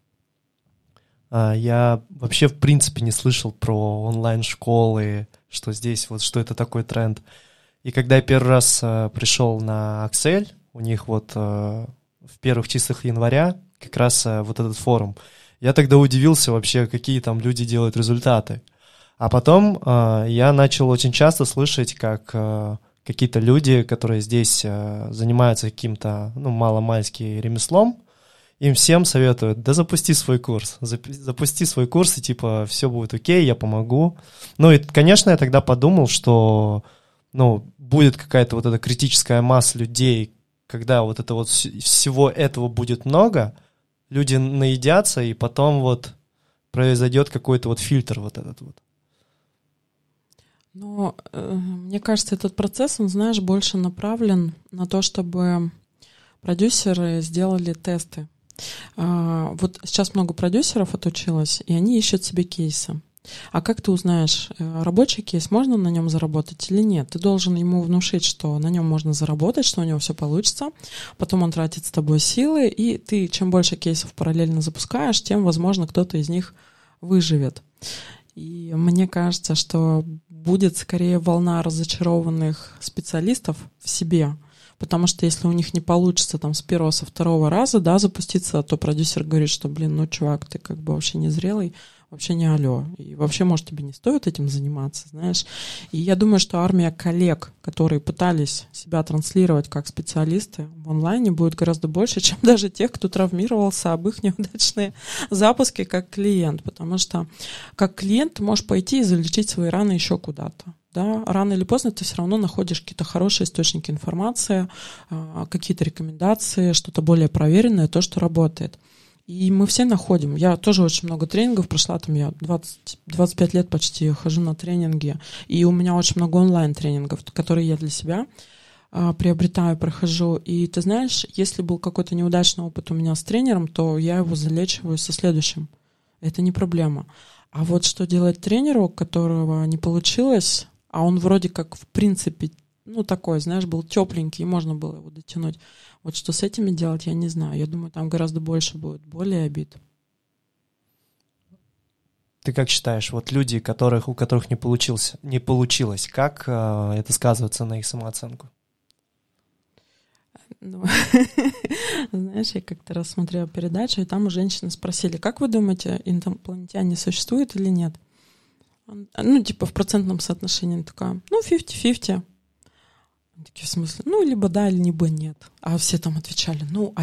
я вообще в принципе не слышал про онлайн-школы, что здесь, вот что это такой тренд. И когда я первый раз пришел на Accel, у них вот в первых числах января как раз вот этот форум, я тогда удивился вообще, какие там люди делают результаты. А потом я начал очень часто слышать, как какие-то люди, которые здесь занимаются каким-то, ну, маломальски ремеслом, им всем советуют: да запусти свой курс, запусти свой курс, и типа все будет окей, я помогу. Ну и, конечно, я тогда подумал, что, ну, будет какая-то вот эта критическая масса людей, когда вот это вот всего этого будет много, люди наедятся, и потом вот произойдет какой-то вот фильтр вот этот вот. Но мне кажется, этот процесс, он, знаешь, больше направлен на то, чтобы продюсеры сделали тесты. Вот сейчас много продюсеров отучилось, и они ищут себе кейсы. А как ты узнаешь, рабочий кейс, можно на нем заработать или нет? Ты должен ему внушить, что на нем можно заработать, что у него все получится. Потом он тратит с тобой силы, и ты чем больше кейсов параллельно запускаешь, тем, возможно, кто-то из них выживет. И мне кажется, что будет скорее волна разочарованных специалистов в себе. Потому что если у них не получится там с первого, со второго раза, да, запуститься, то продюсер говорит, что, блин, ну, чувак, ты как бы вообще незрелый, вообще не алё. И вообще, может, тебе не стоит этим заниматься, знаешь. И я думаю, что армия коллег, которые пытались себя транслировать как специалисты в онлайне, будет гораздо больше, чем даже тех, кто травмировался об их неудачные запуски как клиент. Потому что как клиент ты можешь пойти и залечить свои раны еще куда-то. Да, рано или поздно ты все равно находишь какие-то хорошие источники информации, какие-то рекомендации, что-то более проверенное, то, что работает. И мы все находим. Я тоже очень много тренингов прошла, там я 25 лет почти хожу на тренинги, и у меня очень много онлайн-тренингов, которые я для себя приобретаю, прохожу. И ты знаешь, если был какой-то неудачный опыт у меня с тренером, то я его залечиваю со следующим. Это не проблема. А вот что делать тренеру, у которого не получилось, а он вроде как в принципе, ну такой, знаешь, был тепленький, и можно было его дотянуть. Вот что с этими делать, я не знаю. Я думаю, там гораздо больше будет боли и обид. Ты как считаешь, вот люди, у которых не получилось, как это сказывается на их самооценку? Ну, знаешь, я как-то раз смотрела передачу, и там у женщины спросили, как вы думаете, инопланетяне существуют или нет? Ну, типа в процентном соотношении. Она такая, 50-50. Такие, в смысле, либо да, либо нет. А все там отвечали,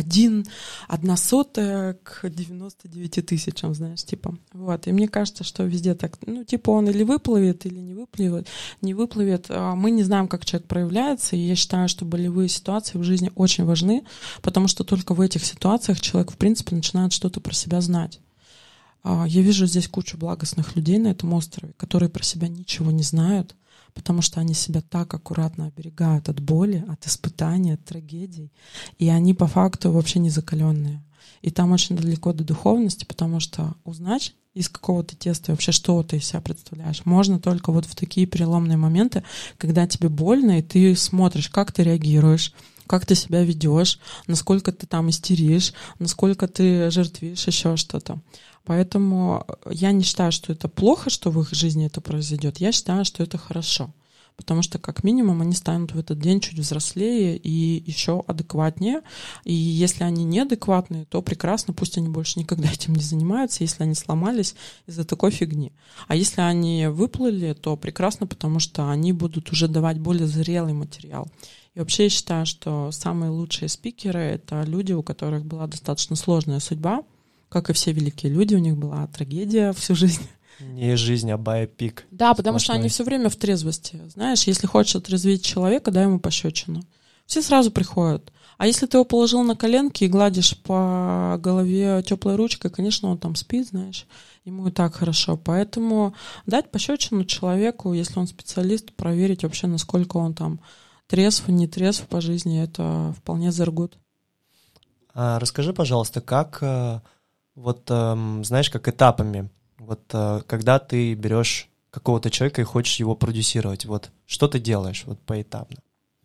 1/100 к 99 тысячам, знаешь, типа. Вот. И мне кажется, что везде так, типа он или выплывет, или не выплывет. Мы не знаем, как человек проявляется, и я считаю, что болевые ситуации в жизни очень важны, потому что только в этих ситуациях человек, в принципе, начинает что-то про себя знать. Я вижу здесь кучу благостных людей на этом острове, которые про себя ничего не знают, потому что они себя так аккуратно оберегают от боли, от испытаний, от трагедий, и они по факту вообще не закаленные. И там очень далеко до духовности, потому что узнать из какого-то теста вообще, что ты из себя представляешь, можно только вот в такие переломные моменты, когда тебе больно, и ты смотришь, как ты реагируешь, как ты себя ведешь, насколько ты там истеришь, насколько ты жертвишь, еще что-то. Поэтому я не считаю, что это плохо, что в их жизни это произойдет. Я считаю, что это хорошо. Потому что, как минимум, они станут в этот день чуть взрослее и еще адекватнее. И если они неадекватные, то прекрасно, пусть они больше никогда этим не занимаются, если они сломались из-за такой фигни. А если они выплыли, то прекрасно, потому что они будут уже давать более зрелый материал. И вообще я считаю, что самые лучшие спикеры — это люди, у которых была достаточно сложная судьба. Как и все великие люди, у них была трагедия всю жизнь. Не жизнь, а байопик. Да, потому что они все время в трезвости. Знаешь, если хочешь отрезвить человека, дай ему пощечину. Все сразу приходят. А если ты его положил на коленки и гладишь по голове теплой ручкой, конечно, он там спит, знаешь, ему и так хорошо. Поэтому дать пощечину человеку, если он специалист, проверить вообще, насколько он там трезв, не трезв по жизни, это вполне заргут. Расскажи, пожалуйста, как... знаешь, как этапами, когда ты берешь какого-то человека и хочешь его продюсировать, что ты делаешь поэтапно?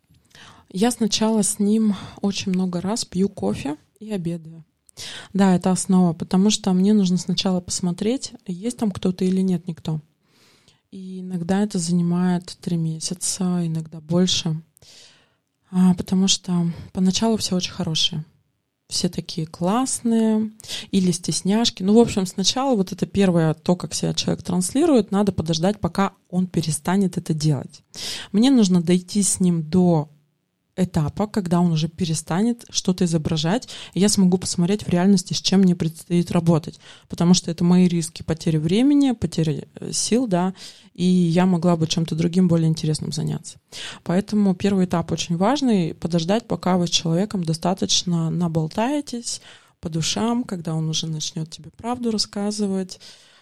Я сначала с ним очень много раз пью кофе и обедаю. Да, это основа, потому что мне нужно сначала посмотреть, есть там кто-то или нет никто. И иногда это занимает 3 месяца, иногда больше, потому что поначалу все очень хорошие. Все такие классные или стесняшки. В общем, сначала это первое, то, как себя человек транслирует, надо подождать, пока он перестанет это делать. Мне нужно дойти с ним до этапа, когда он уже перестанет что-то изображать, и я смогу посмотреть в реальности, с чем мне предстоит работать. Потому что это мои риски потери времени, потери сил, да, и я могла бы чем-то другим, более интересным заняться. Поэтому первый этап очень важный — подождать, пока вы с человеком достаточно наболтаетесь по душам, когда он уже начнет тебе правду рассказывать,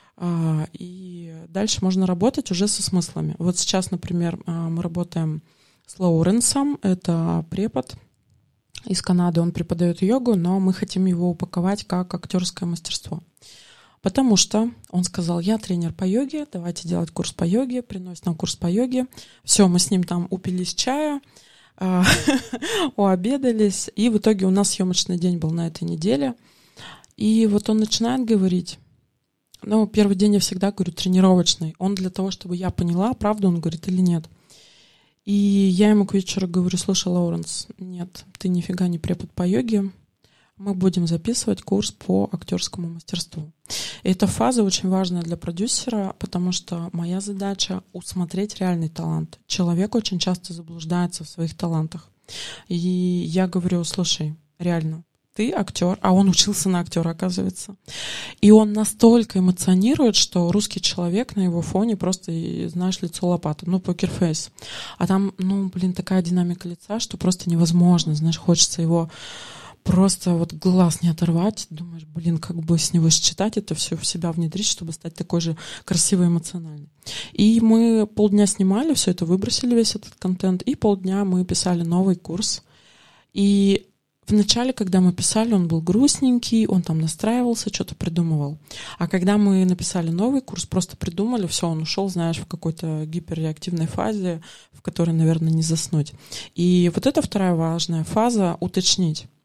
и дальше можно работать уже со смыслами. Сейчас, например, мы работаем с Лоуренсом, это препод из Канады, он преподает йогу, но мы хотим его упаковать как актерское мастерство. Потому что он сказал: я тренер по йоге, давайте делать курс по йоге, приносит нам курс по йоге. Все, мы с ним там упились чая, уобедались, и в итоге у нас съемочный день был на этой неделе. И он начинает говорить, первый день я всегда говорю тренировочный, он для того, чтобы я поняла, правду он говорит или нет. И я ему к вечеру говорю: слушай, Лоуренс, нет, ты нифига не препод по йоге, мы будем записывать курс по актерскому мастерству. И эта фаза очень важная для продюсера, потому что моя задача — усмотреть реальный талант. Человек очень часто заблуждается в своих талантах. И я говорю: слушай, реально, ты актер, а он учился на актера, оказывается. И он настолько эмоционирует, что русский человек на его фоне просто, знаешь, лицо лопата, покерфейс. А там, такая динамика лица, что просто невозможно, знаешь, хочется его просто глаз не оторвать. Думаешь, как бы с него считать это все в себя внедрить, чтобы стать такой же красивой, эмоциональной. И мы полдня снимали все это, выбросили весь этот контент, и полдня мы писали новый курс. И вначале, когда мы писали, он был грустненький, он там настраивался, что-то придумывал. А когда мы написали новый курс, просто придумали, все, он ушел, знаешь, в какой-то гиперреактивной фазе, в которой, наверное, не заснуть. И это вторая важная фаза — уточнить.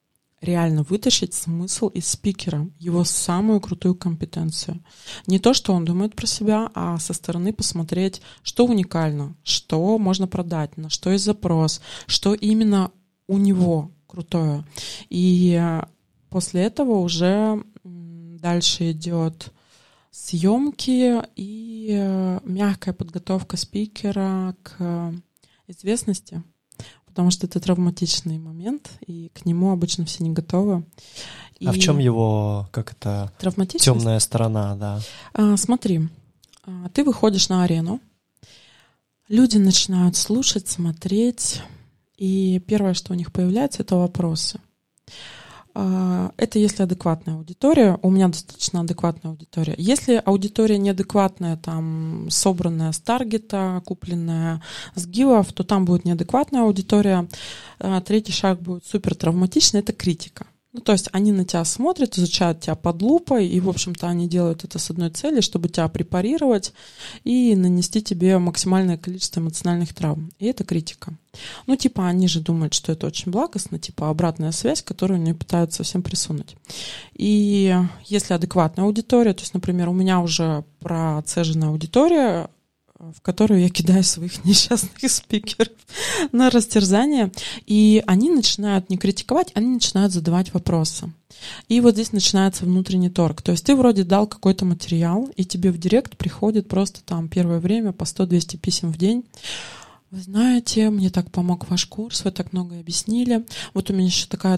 реально вытащить смысл из спикера, его самую крутую компетенцию. Не то, что он думает про себя, а со стороны посмотреть, что уникально, что можно продать, на что есть запрос, что именно у него крутое. И после этого уже дальше идет съемки и мягкая подготовка спикера к известности, потому что это травматичный момент, и к нему обычно все не готовы. А в чем его, темная сторона, да? Смотри, ты выходишь на арену, люди начинают слушать, смотреть, и первое, что у них появляется, это вопросы. Это если адекватная аудитория. У меня достаточно адекватная аудитория. Если аудитория неадекватная, там, собранная с таргета, купленная с гивов, то там будет неадекватная аудитория. Третий шаг будет супер травматичный, это критика. Ну, то есть они на тебя смотрят, изучают тебя под лупой, и, в общем-то, они делают это с одной целью, чтобы тебя препарировать и нанести тебе максимальное количество эмоциональных травм. И это критика. Ну, типа, они же думают, что это очень благостно, типа, обратная связь, которую они пытаются всем присунуть. И если адекватная аудитория, то есть, например, у меня уже процеженная аудитория, в которую я кидаю своих несчастных спикеров на растерзание, и они начинают не критиковать, они начинают задавать вопросы. И вот здесь начинается внутренний торг. То есть ты вроде дал какой-то материал, и тебе в директ приходит просто там первое время по 100-200 писем в день. Вы знаете, мне так помог ваш курс, вы так много объяснили. Вот у меня еще такая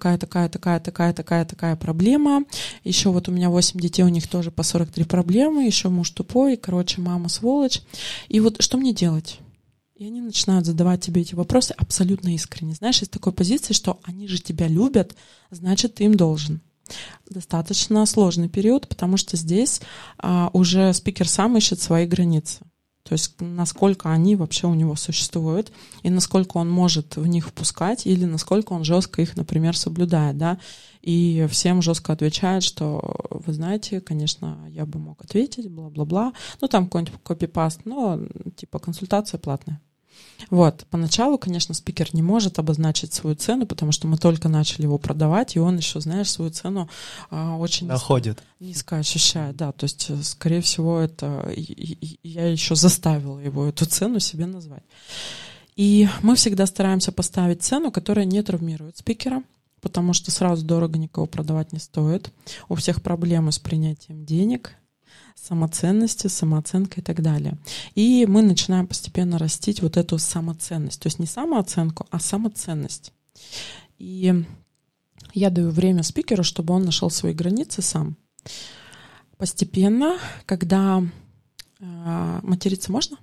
проблема. Еще вот у меня 8 детей, у них тоже по 43 проблемы. Еще муж тупой, короче, мама сволочь. И вот что мне делать? И они начинают задавать тебе эти вопросы абсолютно искренне. Знаешь, из такой позиции, что они же тебя любят, значит, ты им должен. Достаточно сложный период, потому что здесь уже спикер сам ищет свои границы. То есть насколько они вообще у него существуют, и насколько он может в них впускать, или насколько он жестко их, например, соблюдает, да, и всем жестко отвечает, что, вы знаете, конечно, я бы мог ответить, бла-бла-бла, ну, там какой-нибудь копипаст, но, типа, консультация платная. Вот, поначалу, конечно, спикер не может обозначить свою цену, потому что мы только начали его продавать, и он еще, знаешь, свою цену очень низко ощущает, да, то есть, скорее всего, это я еще заставила его эту цену себе назвать. И мы всегда стараемся поставить цену, которая не травмирует спикера, потому что сразу дорого никого продавать не стоит. У всех проблемы с принятием денег, самоценностью, самооценкой и так далее. И мы начинаем постепенно растить вот эту самоценность. То есть не самооценку, а самоценность. И я даю время спикеру, чтобы он нашел свои границы сам. Постепенно, когда материться можно?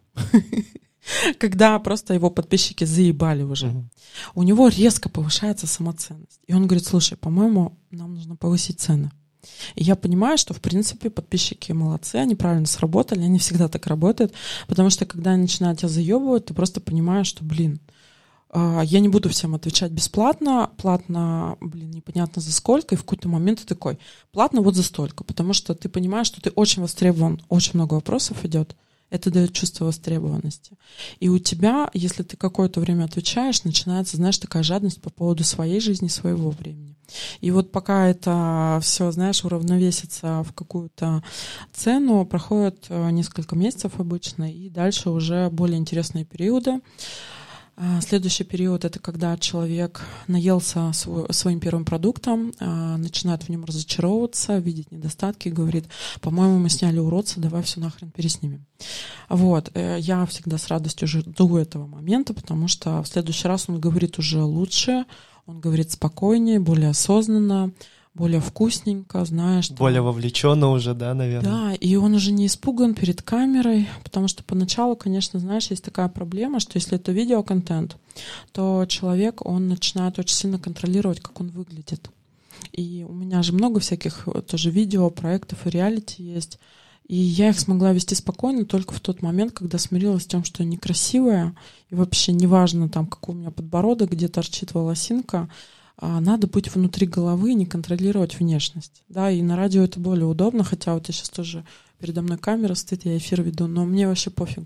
Когда просто его подписчики заебали уже, у него резко повышается самоценность. И он говорит: слушай, по-моему, нам нужно повысить цены. И я понимаю, что, в принципе, подписчики молодцы, они правильно сработали, они всегда так работают, потому что, когда они начинают тебя заебывать, ты просто понимаешь, что, я не буду всем отвечать бесплатно, платно, непонятно за сколько, и в какой-то момент ты такой: платно вот за столько, потому что ты понимаешь, что ты очень востребован, очень много вопросов идет. Это дает чувство востребованности. И у тебя, если ты какое-то время отвечаешь, начинается, знаешь, такая жадность по поводу своей жизни, своего времени. И вот пока это все, знаешь, уравновесится в какую-то цену, проходит несколько месяцев обычно, и дальше уже более интересные периоды. Следующий период — это когда человек наелся своим первым продуктом, начинает в нем разочаровываться, видеть недостатки, говорит: по-моему, мы сняли уродца, давай все нахрен переснимем. Вот. Я всегда с радостью жду этого момента, потому что в следующий раз он говорит уже лучше, он говорит спокойнее, более осознанно, более вкусненько, знаешь. Более вовлеченно уже, да, наверное? Да, и он уже не испуган перед камерой, потому что поначалу, конечно, знаешь, есть такая проблема, что если это видеоконтент, то человек, он начинает очень сильно контролировать, как он выглядит. И у меня же много всяких тоже видео, проектов и реалити есть, и я их смогла вести спокойно только в тот момент, когда смирилась с тем, что я некрасивая, и вообще неважно, там, какой у меня подбородок, где торчит волосинка, надо быть внутри головы и не контролировать внешность. Да, и на радио это более удобно, хотя вот я сейчас тоже передо мной камера стоит, я эфир веду, но мне вообще пофигу, как бы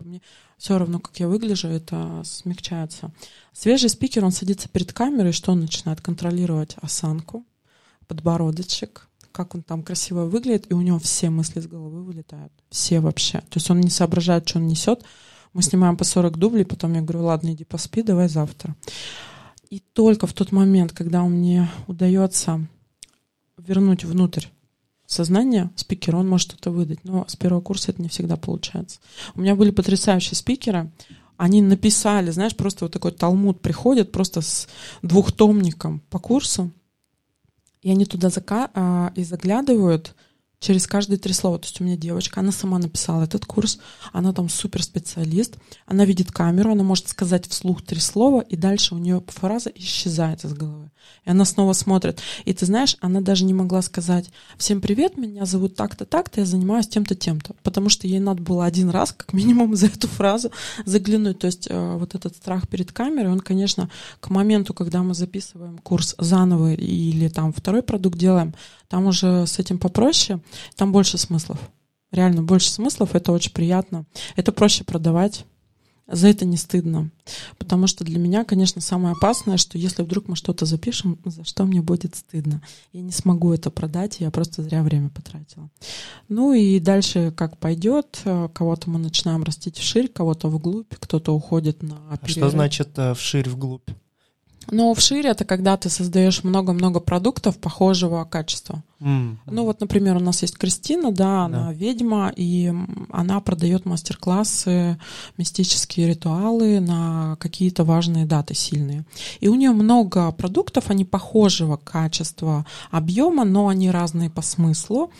мне все равно, как я выгляжу, это смягчается. Свежий спикер, он садится перед камерой, что он начинает контролировать? Осанку, подбородочек, как он там красиво выглядит, и у него все мысли с головы вылетают. Все вообще. То есть он не соображает, что он несет. Мы снимаем по 40 дублей, потом я говорю, ладно, иди поспи, давай завтра. И только в тот момент, когда мне удается вернуть внутрь сознание спикера, он может что-то выдать. Но с первого курса это не всегда получается. У меня были потрясающие спикеры. Они написали, знаешь, просто вот такой талмуд приходит просто с двухтомником по курсу, и они туда и заглядывают через каждые 3 слова. То есть у меня девочка, она сама написала этот курс, она там суперспециалист, она видит камеру, она может сказать вслух 3 слова, и дальше у нее фраза исчезает из головы. И она снова смотрит. И ты знаешь, она даже не могла сказать: «Всем привет, меня зовут так-то, так-то, я занимаюсь тем-то, тем-то». Потому что ей надо было 1 раз, как минимум, за эту фразу заглянуть. То есть вот этот страх перед камерой, он, конечно, к моменту, когда мы записываем курс заново или там 2-й продукт делаем, там уже с этим попроще, там больше смыслов. Реально больше смыслов, это очень приятно. Это проще продавать. За это не стыдно. Потому что для меня, конечно, самое опасное, что если вдруг мы что-то запишем, за что мне будет стыдно. Я не смогу это продать, я просто зря время потратила. Ну и дальше как пойдет. Кого-то мы начинаем растить вширь, кого-то вглубь, кто-то уходит на перерыв. А что значит вширь вглубь? Ну, вширь — это когда ты создаешь много-много продуктов похожего качества. Ну, вот, например, у нас есть Кристина, да, она ведьма, и она продает мастер-классы, мистические ритуалы на какие-то важные даты сильные. И у нее много продуктов, они похожего качества, объема, но они разные по смыслу.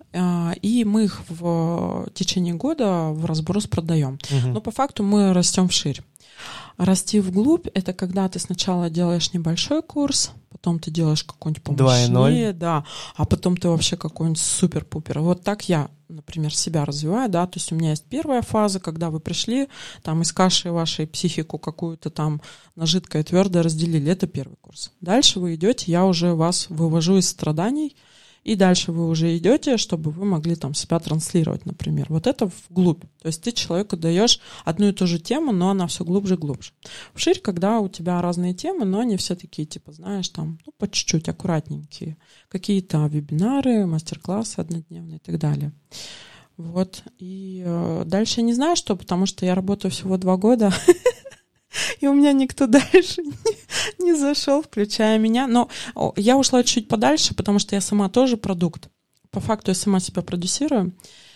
И мы их в течение года в разброс продаем. Но по факту мы растем вширь. Расти вглубь — это когда ты сначала делаешь небольшой курс, потом ты делаешь какой-нибудь помощнее, да, а потом ты вообще какой-нибудь супер-пупер. Вот так я, например, себя развиваю, да, то есть у меня есть первая фаза, когда вы пришли, там из каши вашей психику какую-то там на жидкое, твердое разделили, это первый курс. Дальше вы идете, я уже вас вывожу из страданий, и дальше вы уже идете, чтобы вы могли там себя транслировать, например. Вот это вглубь. То есть ты человеку даешь одну и ту же тему, но она все глубже и глубже. Вширь, когда у тебя разные темы, но они все такие, типа, знаешь, там, ну, по чуть-чуть, аккуратненькие. Какие-то вебинары, мастер-классы однодневные и так далее. Вот. И дальше я не знаю, что, потому что я работаю всего 2 года. И у меня никто дальше не зашел, включая меня. Но я ушла чуть подальше, потому что я сама тоже продукт. По факту я сама себя продюсирую.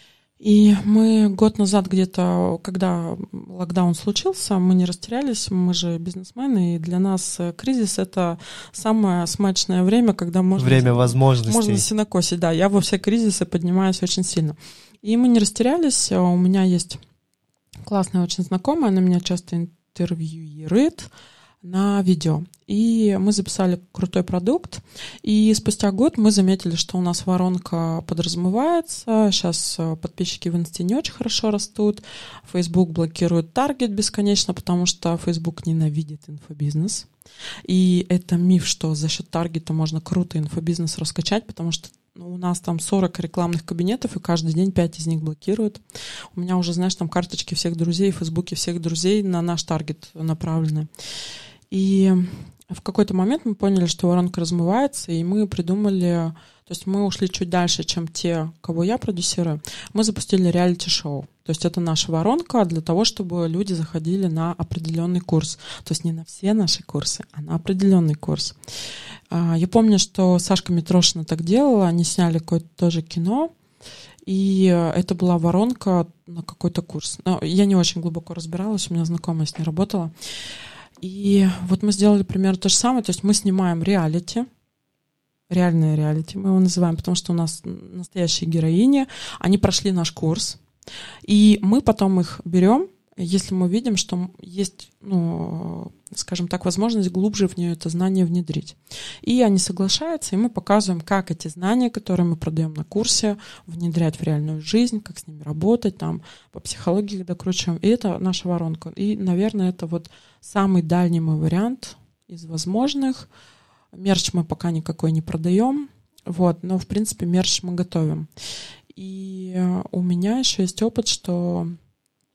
И мы год назад где-то, когда локдаун случился, мы не растерялись, мы же бизнесмены, и для нас кризис — это самое смачное время, когда время возможностей. Можно сенокосить. Да, я во все кризисы поднимаюсь очень сильно. И мы не растерялись. У меня есть классная очень знакомая, она меня часто интервьюирует на видео. И мы записали крутой продукт. И спустя год мы заметили, что у нас воронка подразумевается. Сейчас подписчики в Инсте не очень хорошо растут. Facebook блокирует таргет бесконечно, потому что Facebook ненавидит инфобизнес. И это миф, что за счет таргета можно круто инфобизнес раскачать, потому что у нас там 40 рекламных кабинетов, и каждый день 5 из них блокируют. У меня уже, знаешь, там карточки всех друзей, в Фейсбуке всех друзей на наш таргет направлены. И в какой-то момент мы поняли, что воронка размывается, и мы придумали, то есть мы ушли чуть дальше, чем те, кого я продюсирую. Мы запустили реалити-шоу. То есть это наша воронка для того, чтобы люди заходили на определенный курс. То есть не на все наши курсы, а на определенный курс. Я помню, что Сашка Митрошина так делала, они сняли какое-то тоже кино, и это была воронка на какой-то курс. Но я не очень глубоко разбиралась, у меня знакомая с ней работала. И вот мы сделали примерно то же самое, то есть мы снимаем реалити, реальное реалити мы его называем, потому что у нас настоящие героини, они прошли наш курс, и мы потом их берем, если мы видим, что есть, ну, скажем так, возможность глубже в нее это знание внедрить. И они соглашаются, и мы показываем, как эти знания, которые мы продаем на курсе, внедрять в реальную жизнь, как с ними работать, там, по психологии докручиваем. И это наша воронка. И, наверное, это вот самый дальний мой вариант из возможных. Мерч мы пока никакой не продаем, вот, но, в принципе, мерч мы готовим. И у меня еще есть опыт, что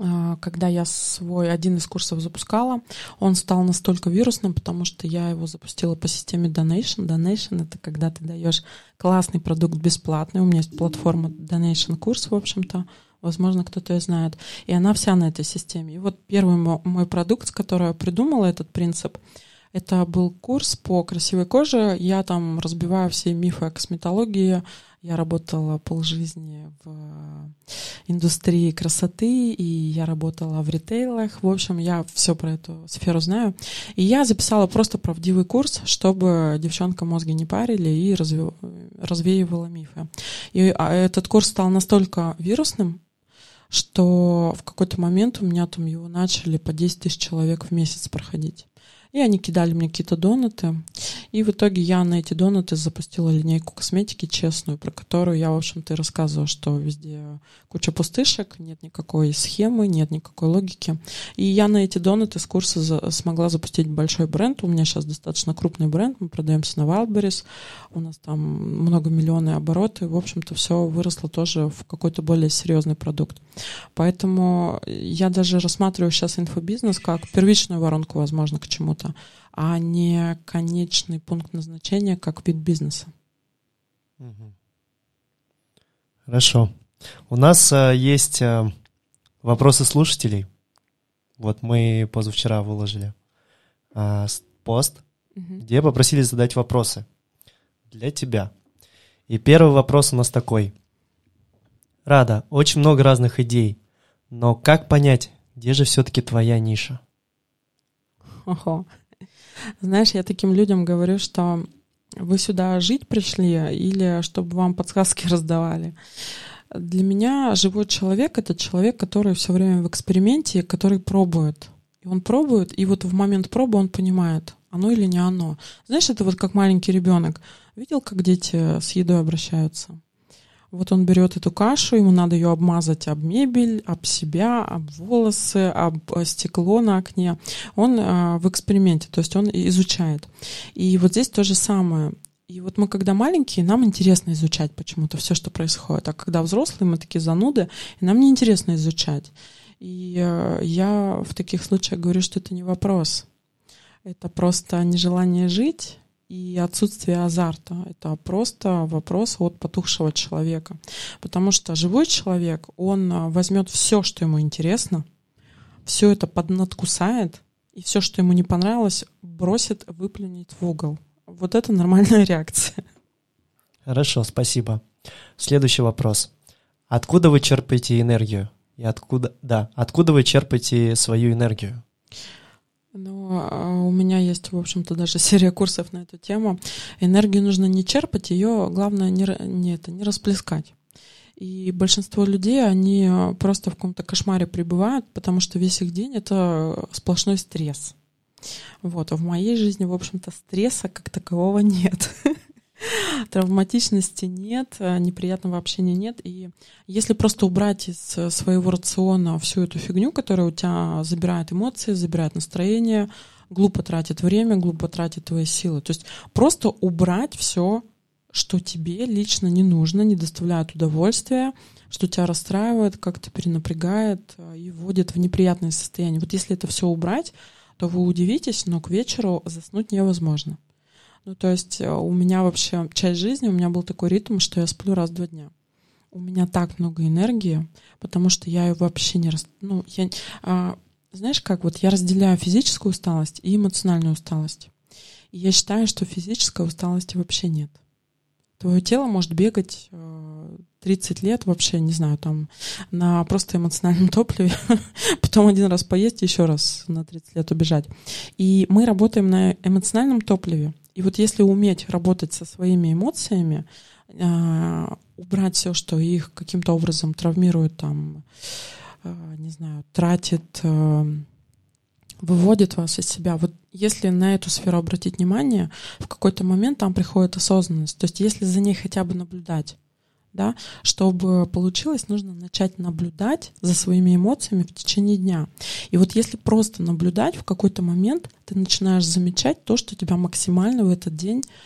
когда я один из курсов запускала, он стал настолько вирусным, потому что я его запустила по системе Donation. Donation — это когда ты даешь классный продукт бесплатный. У меня есть платформа Donation курс, в общем-то. Возможно, кто-то ее знает. И она вся на этой системе. И вот первый мой продукт, с которого я придумала этот принцип, это был курс по красивой коже. Я там разбиваю все мифы о косметологии. Я работала полжизни в индустрии красоты, и я работала в ритейлах. В общем, я все про эту сферу знаю. И я записала просто правдивый курс, чтобы девчонкам мозги не парили, и развеивала мифы. И этот курс стал настолько вирусным, что в какой-то момент у меня там его начали по 10 тысяч человек в месяц проходить. И они кидали мне какие-то донаты. И в итоге я на эти донаты запустила линейку косметики честную, про которую я, в общем-то, и рассказывала, что везде куча пустышек, нет никакой схемы, нет никакой логики. И я на эти донаты с курса смогла запустить большой бренд. У меня сейчас достаточно крупный бренд, мы продаемся на Wildberries, у нас там многомиллионные обороты. В общем-то, все выросло тоже в какой-то более серьезный продукт. Поэтому я даже рассматриваю сейчас инфобизнес как первичную воронку, возможно, к чему-то, а не конечный пункт назначения, как вид бизнеса. Хорошо. У нас есть вопросы слушателей. Вот мы позавчера выложили пост, где попросили задать вопросы для тебя. И первый вопрос у нас такой. Рада, очень много разных идей, но как понять, где же все-таки твоя ниша? Ого. Знаешь, я таким людям говорю, что вы сюда жить пришли или чтобы вам подсказки раздавали. Для меня живой человек — это человек, который все время в эксперименте, который пробует. И он пробует, и вот в момент пробы он понимает, оно или не оно. Знаешь, это вот как маленький ребенок. Видел, как дети с едой обращаются? Вот он берет эту кашу, ему надо ее обмазать об мебель, об себя, об волосы, об стекло на окне. Он в эксперименте, то есть он изучает. И вот здесь то же самое. И вот мы, когда маленькие, нам интересно изучать почему-то все, что происходит. А когда взрослые, мы такие зануды, и нам неинтересно изучать. И я в таких случаях говорю, что это не вопрос. Это просто нежелание жить и отсутствие азарта. Это просто вопрос от потухшего человека. Потому что живой человек, он возьмет все, что ему интересно, все это поднадкусает, и все, что ему не понравилось, бросит, выплюнет в угол. Вот это нормальная реакция. Хорошо, спасибо. Следующий вопрос. Откуда вы черпаете энергию? И откуда вы черпаете свою энергию? Ну, у меня есть, в общем-то, даже серия курсов на эту тему. Энергию нужно не черпать, ее главное не расплескать. И большинство людей, они просто в каком-то кошмаре пребывают, потому что весь их день — это сплошной стресс. Вот. А в моей жизни, в общем-то, стресса как такового нет. Травматичности нет, неприятного общения нет. И если просто убрать из своего рациона всю эту фигню, которая у тебя забирает эмоции, забирает настроение, глупо тратит время, глупо тратит твои силы. То есть просто убрать все, что тебе лично не нужно, не доставляет удовольствия, что тебя расстраивает, как-то перенапрягает и вводит в неприятное состояние. Вот если это все убрать, то вы удивитесь, но к вечеру заснуть невозможно. Ну, то есть у меня вообще часть жизни, у меня был такой ритм, что я сплю раз в 2 дня. У меня так много энергии, потому что я ее вообще не... знаешь как, вот я разделяю физическую усталость и эмоциональную усталость. И я считаю, что физической усталости вообще нет. Твое тело может бегать 30 лет вообще, не знаю, там на просто эмоциональном топливе, потом один раз поесть, еще раз на 30 лет убежать. И мы работаем на эмоциональном топливе. И вот если уметь работать со своими эмоциями, убрать все, что их каким-то образом травмирует, там, не знаю, тратит, выводит вас из себя. Вот если на эту сферу обратить внимание, в какой-то момент там приходит осознанность. То есть если за ней хотя бы наблюдать, да, чтобы получилось, нужно начать наблюдать за своими эмоциями в течение дня. И вот если просто наблюдать, в какой-то момент ты начинаешь замечать то, что тебя максимально в этот день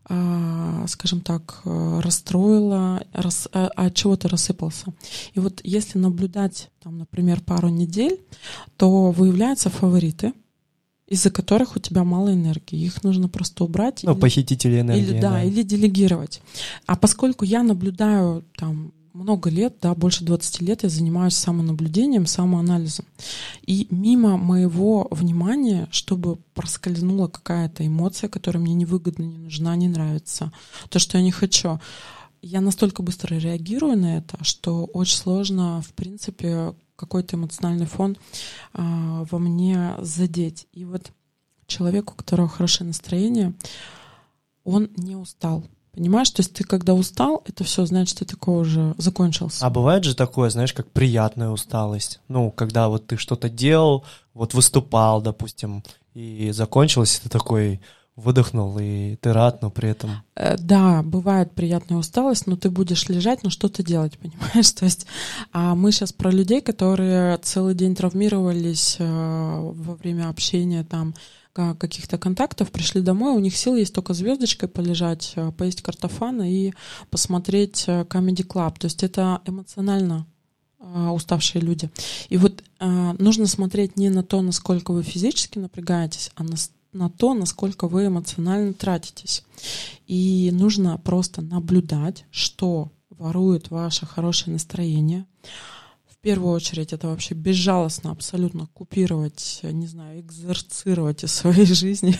скажем так, расстроило, от чего ты рассыпался. И вот если наблюдать, там, например, пару недель, то выявляются фавориты, из-за которых у тебя мало энергии. Их нужно просто убрать. Ну, похитители энергии. Или делегировать. А поскольку я наблюдаю там много лет, да, больше 20 лет я занимаюсь самонаблюдением, самоанализом. И мимо моего внимания, чтобы проскользнула какая-то эмоция, которая мне невыгодна, не нужна, не нравится, то, что я не хочу, я настолько быстро реагирую на это, что очень сложно, в принципе, какой-то эмоциональный фон во мне задеть. И вот человек, у которого хорошее настроение, он не устал. Понимаешь, то есть ты когда устал, это все значит, что такое уже закончился. А бывает же такое, знаешь, как приятная усталость. Ну, когда вот ты что-то делал, вот выступал, допустим, и закончилось, и ты такой выдохнул, и ты рад, но при этом... Да, бывает приятная усталость, но ты будешь лежать, но что-то делать, понимаешь? То есть мы сейчас про людей, которые целый день травмировались во время общения, там, каких-то контактов, пришли домой, у них сил есть только звездочкой полежать, поесть картофана и посмотреть Comedy Club. То есть это эмоционально уставшие люди. И вот нужно смотреть не на то, насколько вы физически напрягаетесь, а на то, насколько вы эмоционально тратитесь. И нужно просто наблюдать, что ворует ваше хорошее настроение. В первую очередь это вообще безжалостно абсолютно купировать, не знаю, экзорцировать из своей жизни.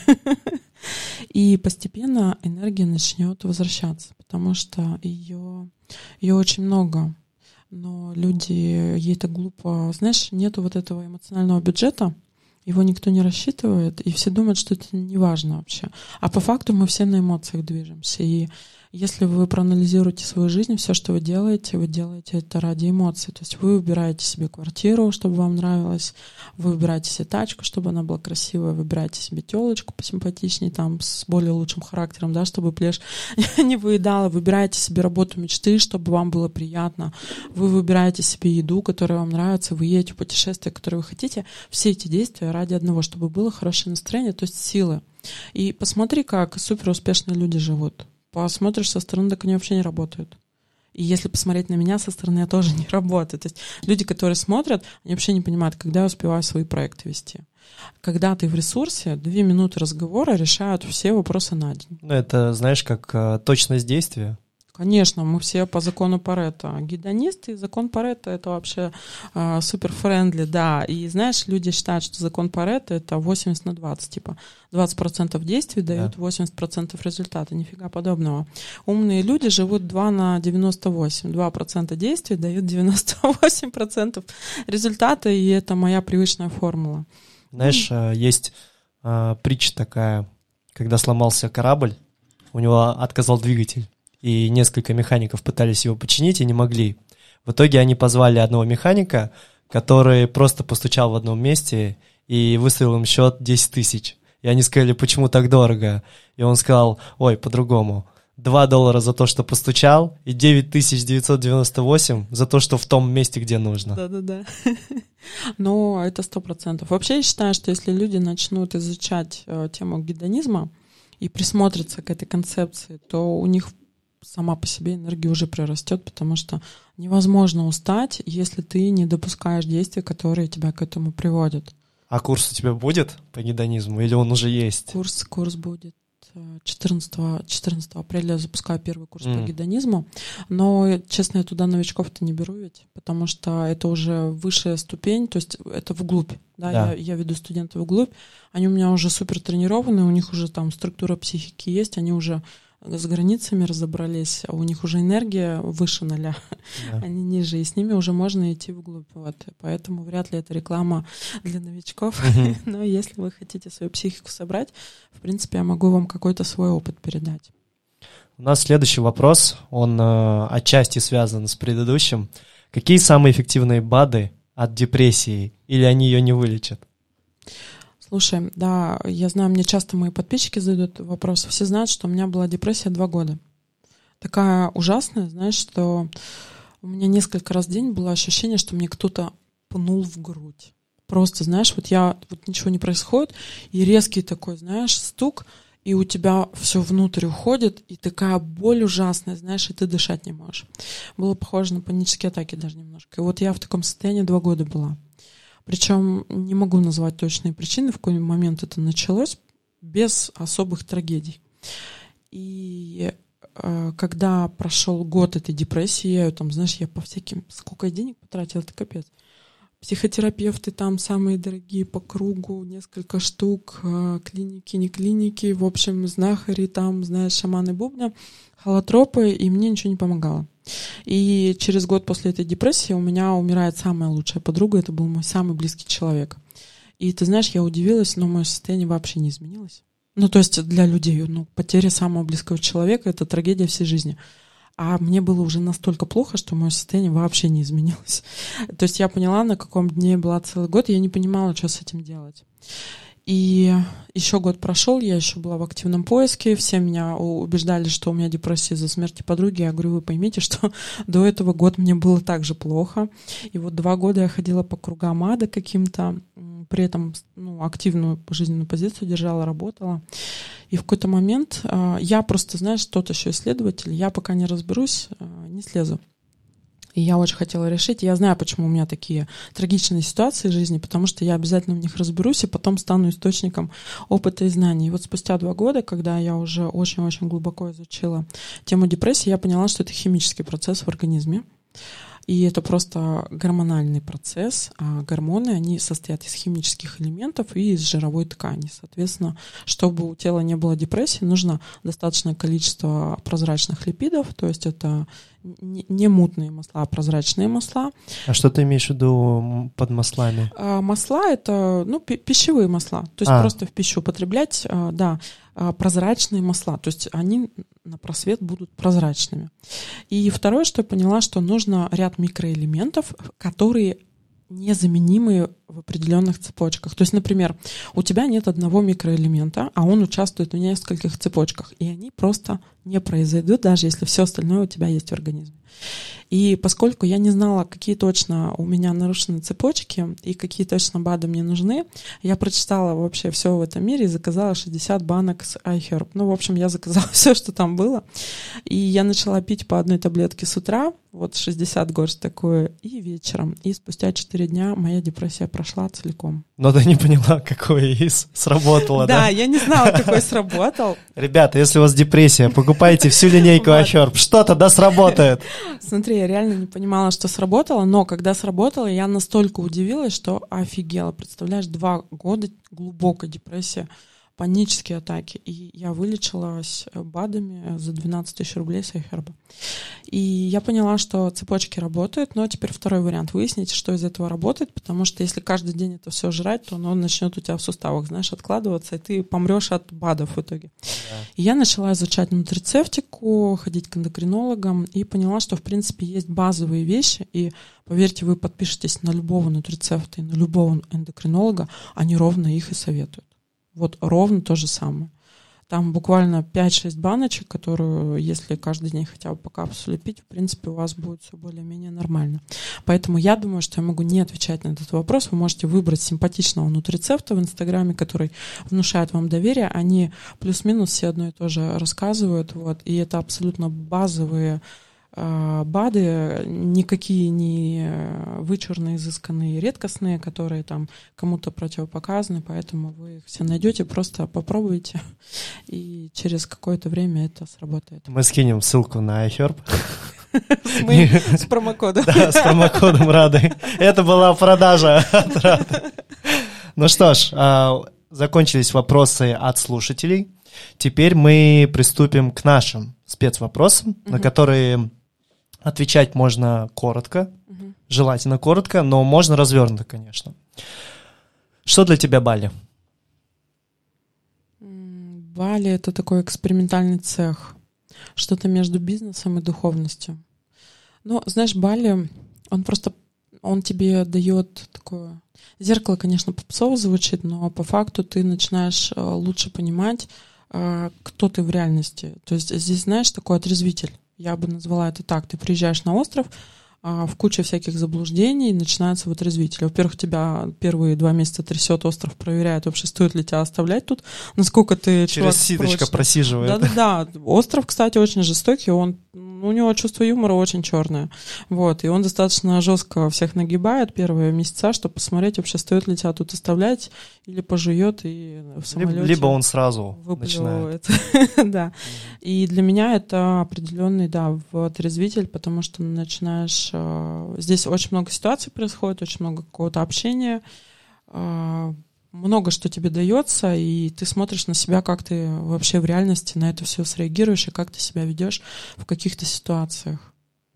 И постепенно энергия начнет возвращаться, потому что ее очень много. Но люди, ей это глупо. Знаешь, нету вот этого эмоционального бюджета, его никто не рассчитывает, и все думают, что это не важно вообще. А по факту мы все на эмоциях движемся. И если вы проанализируете свою жизнь, все, что вы делаете это ради эмоций. То есть вы выбираете себе квартиру, чтобы вам нравилось, вы выбираете себе тачку, чтобы она была красивая, выбираете себе телочку посимпатичнее, там, с более лучшим характером, да, чтобы плешь не выедала, выбираете себе работу мечты, чтобы вам было приятно, вы выбираете себе еду, которая вам нравится, вы едете в путешествия, которые вы хотите. Все эти действия ради одного, чтобы было хорошее настроение, то есть силы. И посмотри, как суперуспешные люди живут. Посмотришь со стороны, так они вообще не работают. И если посмотреть на меня со стороны, я тоже не работаю. То есть люди, которые смотрят, они вообще не понимают, когда я успеваю свои проекты вести. Когда ты в ресурсе, 2 минуты разговора решают все вопросы на день. Ну, это, знаешь, как точность действия. Конечно, мы все по закону Парето. Гедонисты и закон Парето — это вообще супер-френдли, да. И знаешь, люди считают, что закон Парето — это 80/20. Типа 20% действий дают 80% результата. Нифига подобного. Умные люди живут 2/98. 2% действий дают 98% результата, и это моя привычная формула. Знаешь, есть притча такая, когда сломался корабль, у него отказал двигатель. И несколько механиков пытались его починить и не могли. В итоге они позвали одного механика, который просто постучал в одном месте и выставил им счет 10 тысяч. И они сказали, почему так дорого? И он сказал, ой, по-другому. $2 за то, что постучал, и 9998 за то, что в том месте, где нужно. Да-да-да. Но это 100%. Вообще я считаю, что если люди начнут изучать тему гедонизма и присмотрятся к этой концепции, то у них сама по себе энергия уже прирастет, потому что невозможно устать, если ты не допускаешь действия, которые тебя к этому приводят. А курс у тебя будет по гедонизму или он уже есть? Курс будет 14 апреля я запускаю первый курс по гедонизму, но, честно, я туда новичков-то не беру ведь, потому что это уже высшая ступень, то есть это вглубь, да. Я веду студентов вглубь, они у меня уже супер тренированные, у них уже там структура психики есть, они уже с границами разобрались, а у них уже энергия выше 0, они ниже, и с ними уже можно идти вглубь. Вот. Поэтому вряд ли это реклама для новичков. Но если вы хотите свою психику собрать, в принципе, я могу вам какой-то свой опыт передать. У нас следующий вопрос, он отчасти связан с предыдущим. Какие самые эффективные БАДы от депрессии, или они ее не вылечат? Слушай, да, я знаю, мне часто мои подписчики задают вопрос. Все знают, что у меня была депрессия 2 года. Такая ужасная, знаешь, что у меня несколько раз в день было ощущение, что мне кто-то пнул в грудь. Просто, знаешь, вот ничего не происходит, и резкий такой, знаешь, стук, и у тебя все внутрь уходит, и такая боль ужасная, знаешь, и ты дышать не можешь. Было похоже на панические атаки даже немножко. И вот я в таком состоянии 2 года была. Причем не могу назвать точные причины, в какой момент это началось, без особых трагедий. И когда прошел год этой депрессии, я ее там, знаешь, я по всяким... Сколько я денег потратила, это капец. Психотерапевты там самые дорогие по кругу, несколько штук, клиники, не клиники, в общем, знахари там, знаешь, шаманы бубна, холотропы, и мне ничего не помогало. И через год после этой депрессии у меня умирает самая лучшая подруга, это был мой самый близкий человек. И ты знаешь, я удивилась, но мое состояние вообще не изменилось. Ну, то есть для людей, потеря самого близкого человека — это трагедия всей жизни. А мне было уже настолько плохо, что мое состояние вообще не изменилось. То есть я поняла, на каком дне я была целый год, и я не понимала, что с этим делать. И еще год прошел, я еще была в активном поиске, все меня убеждали, что у меня депрессия из-за смерти подруги. Я говорю, вы поймите, что до этого год мне было так же плохо. И вот 2 года я ходила по кругам ада каким-то, при этом активную жизненную позицию держала, работала. И в какой-то момент я просто, знаешь, тот еще исследователь, я пока не разберусь, не слезу. И я очень хотела решить. Я знаю, почему у меня такие трагичные ситуации в жизни, потому что я обязательно в них разберусь и потом стану источником опыта и знаний. И вот спустя 2 года, когда я уже очень-очень глубоко изучила тему депрессии, я поняла, что это химический процесс в организме. И это просто гормональный процесс. А гормоны, они состоят из химических элементов и из жировой ткани. Соответственно, чтобы у тела не было депрессии, нужно достаточное количество прозрачных липидов, то есть это не мутные масла, а прозрачные масла. А что ты имеешь в виду под маслами? Масла — это пищевые масла. То есть просто в пищу употреблять, прозрачные масла. То есть они на просвет будут прозрачными. И второе, что я поняла, что нужно ряд микроэлементов, которые незаменимые в определенных цепочках. То есть, например, у тебя нет одного микроэлемента, а он участвует в нескольких цепочках, и они просто не произойдут, даже если все остальное у тебя есть в организме. И поскольку я не знала, какие точно у меня нарушены цепочки и какие точно БАДы мне нужны, я прочитала вообще все в этом мире и заказала 60 банок с iHerb. В общем, я заказала все, что там было. И я начала пить по 1 таблетке с утра, 60 горсть такое, и вечером. И спустя 4 дня моя депрессия прошла целиком. Но ты не поняла, какой из сработало, да? Да, я не знала, какой сработал. Ребята, если у вас депрессия, покупайте всю линейку iHerb. Что-то да сработает. Смотри, я реально не понимала, что сработало, но когда сработало, я настолько удивилась, что офигела. Представляешь, 2 года глубокой депрессии, панические атаки. И я вылечилась БАДами за 12 000 рублей с iHerb. И я поняла, что цепочки работают, но теперь второй вариант — выяснить, что из этого работает, потому что если каждый день это все жрать, то оно начнет у тебя в суставах, знаешь, откладываться, и ты помрешь от БАДов в итоге. Да. И я начала изучать нутрицептику, ходить к эндокринологам, и поняла, что, в принципе, есть базовые вещи, и, поверьте, вы подпишетесь на любого нутрицепта и на любого эндокринолога, они ровно их и советуют. Ровно то же самое. Там буквально 5-6 баночек, которую, если каждый день хотя бы по капсуле пить, в принципе, у вас будет все более-менее нормально. Поэтому я думаю, что я могу не отвечать на этот вопрос. Вы можете выбрать симпатичного нутрицепта в Инстаграме, который внушает вам доверие. Они плюс-минус все одно и то же рассказывают. И это абсолютно базовые БАДы, никакие не вычурные, изысканные, редкостные, которые там кому-то противопоказаны, поэтому вы их все найдете, просто попробуйте, и через какое-то время это сработает. Мы скинем ссылку на iHerb. С промокодом. Да, с промокодом Рады. Это была продажа от Рады. Ну что ж, закончились вопросы от слушателей. Теперь мы приступим к нашим спецвопросам, на которые отвечать можно коротко, желательно коротко, но можно развернуто, конечно. Что для тебя Бали? Бали — это такой экспериментальный цех, что-то между бизнесом и духовностью. Знаешь, Бали, он тебе дает такое... Зеркало, конечно, попсово звучит, но по факту ты начинаешь лучше понимать, кто ты в реальности. То есть здесь, знаешь, такой отрезвитель. Я бы назвала это так. Ты приезжаешь на остров, в куче всяких заблуждений начинается вытрезвитель. Во-первых, тебя первые 2 месяца трясет, остров проверяет, вообще стоит ли тебя оставлять тут, насколько ты через ситочко просиживает. Да-да-да. Остров, кстати, очень жестокий, у него чувство юмора очень черное. Вот, и он достаточно жестко всех нагибает первые месяца, чтобы посмотреть, вообще стоит ли тебя тут оставлять, или пожует и в самолете. Либо он сразу начинает. Да. И для меня это определенный, вытрезвитель, потому что начинаешь... Здесь очень много ситуаций происходит, очень много какого-то общения, много что тебе дается, и ты смотришь на себя, как ты вообще в реальности на это все среагируешь, и как ты себя ведешь в каких-то ситуациях.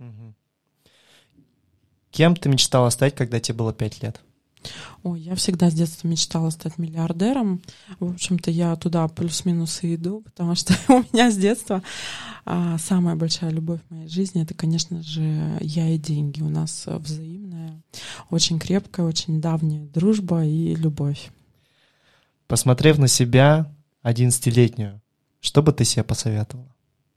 Кем ты мечтала стать, когда тебе было 5 лет? Ой, я всегда с детства мечтала стать миллиардером. В общем-то, я туда плюс-минус и иду, потому что у меня с детства самая большая любовь в моей жизни — это, конечно же, я и деньги. У нас взаимная, очень крепкая, очень давняя дружба и любовь. Посмотрев на себя 11-летнюю, что бы ты себе посоветовала?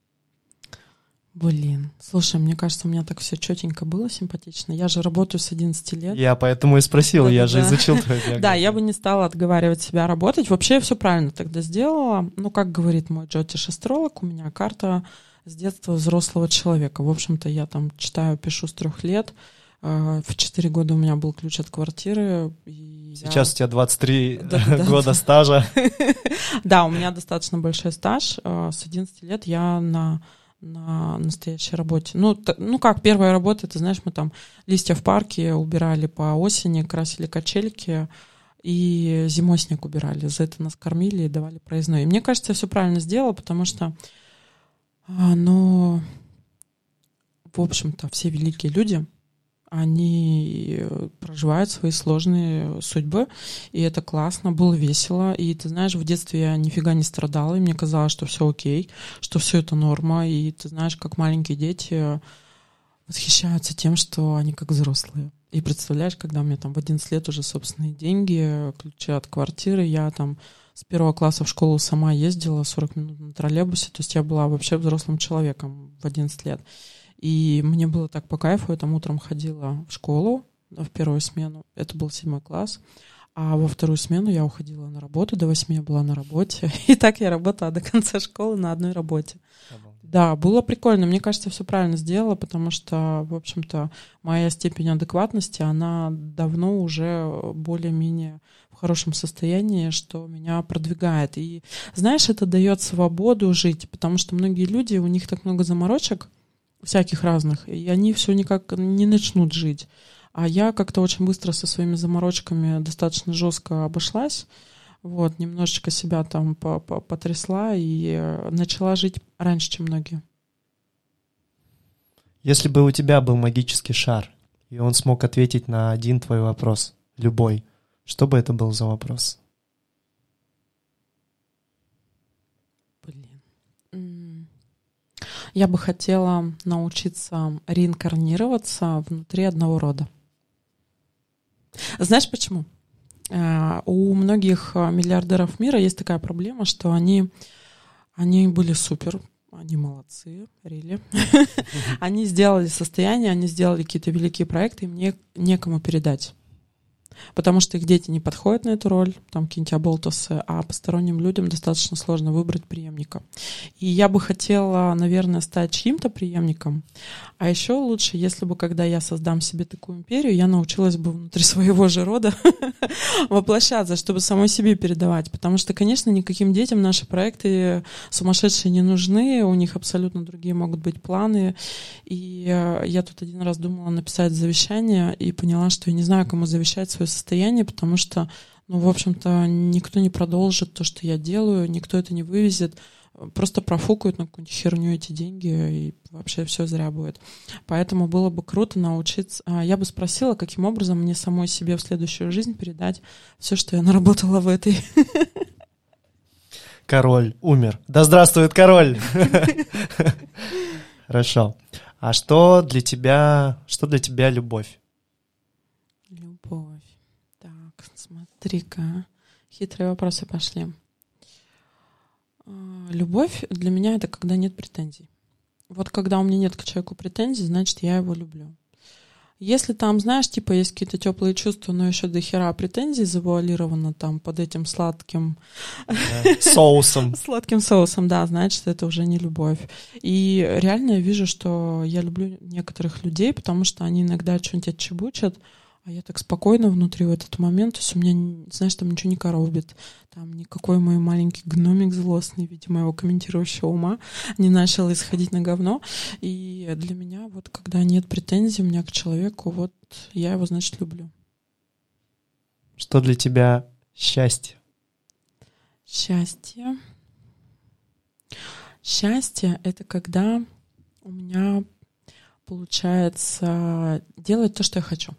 Слушай, мне кажется, у меня так все четенько было, симпатично. Я же работаю с 11 лет. Я поэтому и спросил, я же изучил твою биографию. Да, я бы не стала отговаривать себя работать. Вообще я все правильно тогда сделала. Как говорит мой джотиш-астролог, у меня карта с детства взрослого человека. В общем-то, я там читаю, пишу с 3 лет. В 4 года у меня был ключ от квартиры. Сейчас у тебя 23 года стажа. Да, у меня достаточно большой стаж. С 11 лет я на настоящей работе. Как первая работа, ты знаешь, мы там листья в парке убирали по осени, красили качельки и зимой снег убирали. За это нас кормили и давали проездной. И мне кажется, я все правильно сделала, потому что, в общем-то, все великие люди, они проживают свои сложные судьбы, и это классно, было весело. И ты знаешь, в детстве я нифига не страдала, и мне казалось, что все окей, что все это норма. И ты знаешь, как маленькие дети восхищаются тем, что они как взрослые. И представляешь, когда у меня там в 11 лет уже собственные деньги, ключи от квартиры, я там с 1 класса в школу сама ездила 40 минут на троллейбусе, то есть я была вообще взрослым человеком в 11 лет. И мне было так по кайфу, я там утром ходила в школу в первую смену, это был 7 класс, а во вторую смену я уходила на работу, до 8 я была на работе, и так я работала до конца школы на одной работе. Да, было прикольно, мне кажется, все правильно сделала, потому что, в общем-то, моя степень адекватности, она давно уже более-менее в хорошем состоянии, что меня продвигает. И, знаешь, это дает свободу жить, потому что многие люди, у них так много заморочек, всяких разных, и они все никак не начнут жить. А я как-то очень быстро со своими заморочками достаточно жестко обошлась, немножечко себя там потрясла и начала жить раньше, чем многие. Если бы у тебя был магический шар, и он смог ответить на один твой вопрос, любой, что бы это был за вопрос? Я бы хотела научиться реинкарнироваться внутри одного рода. Знаешь почему? У многих миллиардеров мира есть такая проблема, что они были супер, они молодцы, really. Они сделали состояние, они сделали какие-то великие проекты, им некому передать. Потому что их дети не подходят на эту роль, там какие-нибудь оболтусы, а посторонним людям достаточно сложно выбрать преемника. И я бы хотела, наверное, стать чьим-то преемником, а еще лучше, если бы, когда я создам себе такую империю, я научилась бы внутри своего же рода воплощаться, чтобы самой себе передавать. Потому что, конечно, никаким детям наши проекты сумасшедшие не нужны, у них абсолютно другие могут быть планы. И я тут один раз думала написать завещание и поняла, что я не знаю, кому завещать свое состояние, потому что, в общем-то, никто не продолжит то, что я делаю, никто это не вывезет, просто профукают на какую-нибудь херню эти деньги, и вообще все зря будет. Поэтому было бы круто научиться. Я бы спросила, каким образом мне самой себе в следующую жизнь передать все, что я наработала в этой. Король умер. Да здравствует король! Хорошо. А что для тебя любовь? Любовь. Так, смотри-ка. Хитрые вопросы пошли. Любовь для меня — это когда нет претензий. Вот когда у меня нет к человеку претензий, значит, я его люблю. Если там, знаешь, типа есть какие-то теплые чувства, но еще до хера претензий завуалировано там под этим сладким соусом. Сладким соусом, да, значит, это уже не любовь. И реально я вижу, что я люблю некоторых людей, потому что они иногда что-нибудь отчебучат, а я так спокойно внутри в этот момент, то есть у меня, знаешь, там ничего не коробит, там никакой мой маленький гномик злостный в виде моего комментирующего ума не начал исходить на говно. И для меня вот когда нет претензий у меня к человеку, вот я его, значит, люблю. Что для тебя счастье? Счастье. Счастье — это когда у меня получается делать то, что я хочу.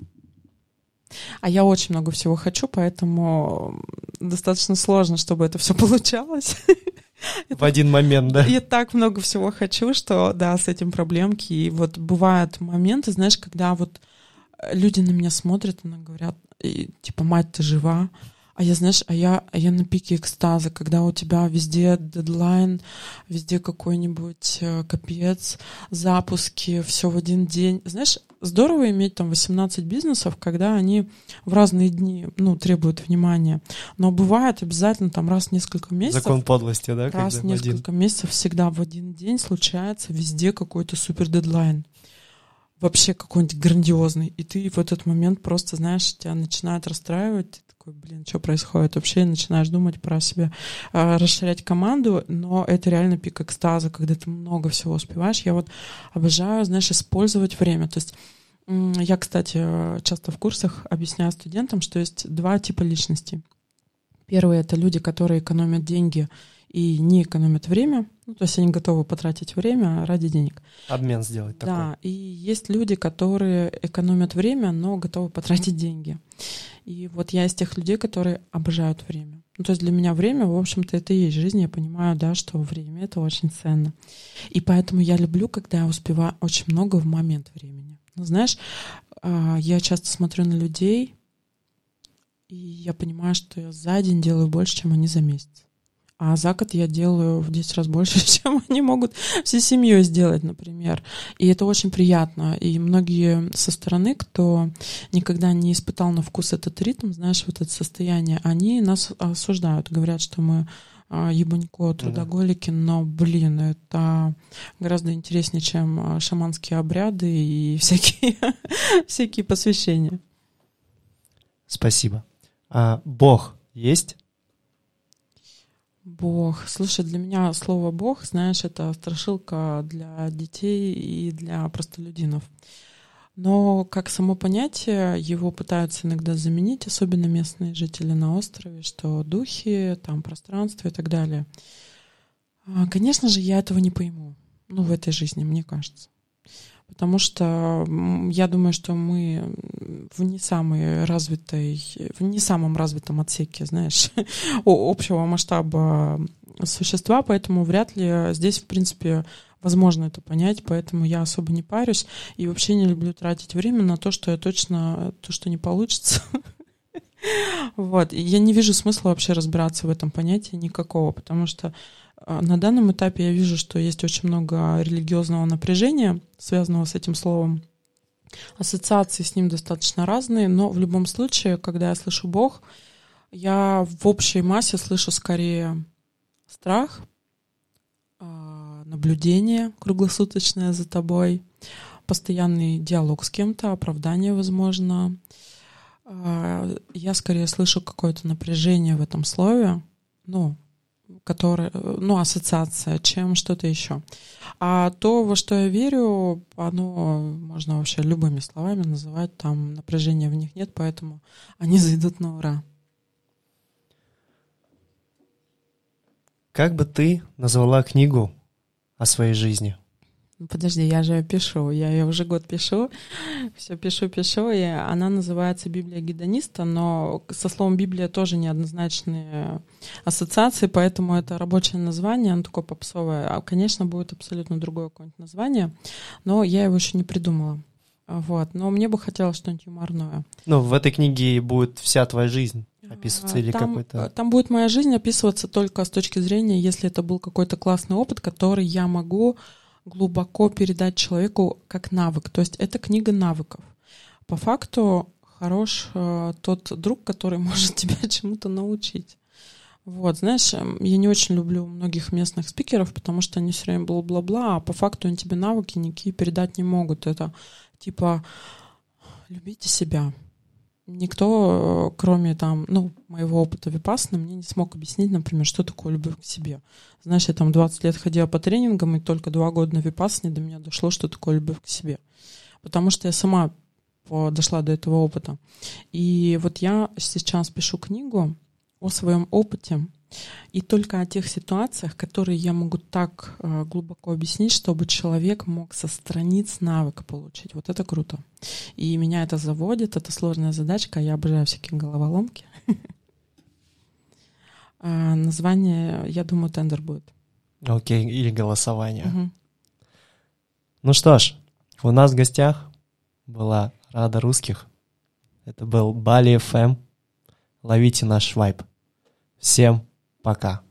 А я очень много всего хочу, поэтому достаточно сложно, чтобы это все получалось. В один момент, да? Я так много всего хочу, что, да, с этим проблемки. И вот бывают моменты, знаешь, когда вот люди на меня смотрят, и говорят, типа, мать, ты жива? А я, знаешь, а я на пике экстаза, когда у тебя везде дедлайн, везде какой-нибудь капец, запуски, все в один день. Знаешь, здорово иметь там 18 бизнесов, когда они в разные дни, требуют внимания. Но бывает обязательно там раз в несколько месяцев. Закон подлости, да? Раз в несколько месяцев всегда в один день случается везде какой-то супер дедлайн. Вообще какой-нибудь грандиозный. И ты в этот момент просто, знаешь, тебя начинает расстраивать. Ты такой, что происходит вообще? И начинаешь думать про себя, расширять команду. Но это реально пик экстаза, когда ты много всего успеваешь. Я вот обожаю, знаешь, использовать время. То есть я, кстати, часто в курсах объясняю студентам, что есть два типа личностей. Первый — это люди, которые экономят деньги и не экономят время. То есть они готовы потратить время ради денег. Обмен сделать такой. Да, и есть люди, которые экономят время, но готовы потратить деньги. И вот я из тех людей, которые обожают время. То есть для меня время, в общем-то, это и есть жизнь. Я понимаю, да, что время — это очень ценно. И поэтому я люблю, когда я успеваю очень много в момент времени. Знаешь, я часто смотрю на людей, и я понимаю, что я за день делаю больше, чем они за месяц. А за год я делаю в 10 раз больше, чем они могут всей семьей сделать, например. И это очень приятно. И многие со стороны, кто никогда не испытал на вкус этот ритм, знаешь, вот это состояние, они нас осуждают, говорят, что мы ебанько, трудоголики, но, это гораздо интереснее, чем шаманские обряды и всякие посвящения. Спасибо. А Бог есть? Бог. Слушай, для меня слово «Бог», знаешь, это страшилка для детей и для простолюдинов. Но как само понятие, его пытаются иногда заменить, особенно местные жители на острове, что духи, там пространство и так далее. Конечно же, я этого не пойму. В этой жизни, мне кажется. Потому что я думаю, что мы в не самом развитом отсеке, знаешь, общего масштаба существа, поэтому вряд ли здесь, в принципе, возможно это понять, поэтому я особо не парюсь и вообще не люблю тратить время на то, что не получится. Вот. И я не вижу смысла вообще разбираться в этом понятии никакого, потому что на данном этапе я вижу, что есть очень много религиозного напряжения, связанного с этим словом. Ассоциации с ним достаточно разные, но в любом случае, когда я слышу Бог, я в общей массе слышу скорее страх, наблюдение круглосуточное за тобой, постоянный диалог с кем-то, оправдание, возможно. Я скорее слышу какое-то напряжение в этом слове, ассоциация, чем что-то еще. А то, во что я верю, оно можно вообще любыми словами называть, там напряжения в них нет, поэтому они зайдут на ура. Как бы ты назвала книгу о своей жизни? Подожди, я же пишу, я ее уже год пишу, все пишу, и она называется «Библия гедониста», но со словом «Библия» тоже неоднозначные ассоциации, поэтому это рабочее название, оно такое попсовое, конечно, будет абсолютно другое какое-нибудь название, но я его еще не придумала. Вот. Но мне бы хотелось что-нибудь юморное. В этой книге будет вся твоя жизнь описываться или какой-то... Там будет моя жизнь описываться только с точки зрения, если это был какой-то классный опыт, который я могу глубоко передать человеку как навык. То есть это книга навыков. по факту хорош тот друг, который может тебя чему-то научить. Вот, знаешь, я не очень люблю многих местных спикеров, потому что они все время бла-бла-бла, а по факту они тебе навыки никакие передать не могут. Это типа любите себя. Никто, кроме моего опыта випассаны, мне не смог объяснить, например, что такое любовь к себе. Знаешь, я 20 лет ходила по тренингам, и только 2 года на випассане до меня дошло, что такое любовь к себе. Потому что я сама дошла до этого опыта. И вот я сейчас пишу книгу о своем опыте и только о тех ситуациях, которые я могу так глубоко объяснить, чтобы человек мог со страниц навыка получить. Вот это круто. И меня это заводит, это сложная задачка, я обожаю всякие головоломки. Название, я думаю, тендер будет. Окей, или голосование. Ну что ж, у нас в гостях была Рада Русских. Это был Bali FM. Ловите наш вайб. Всем пока.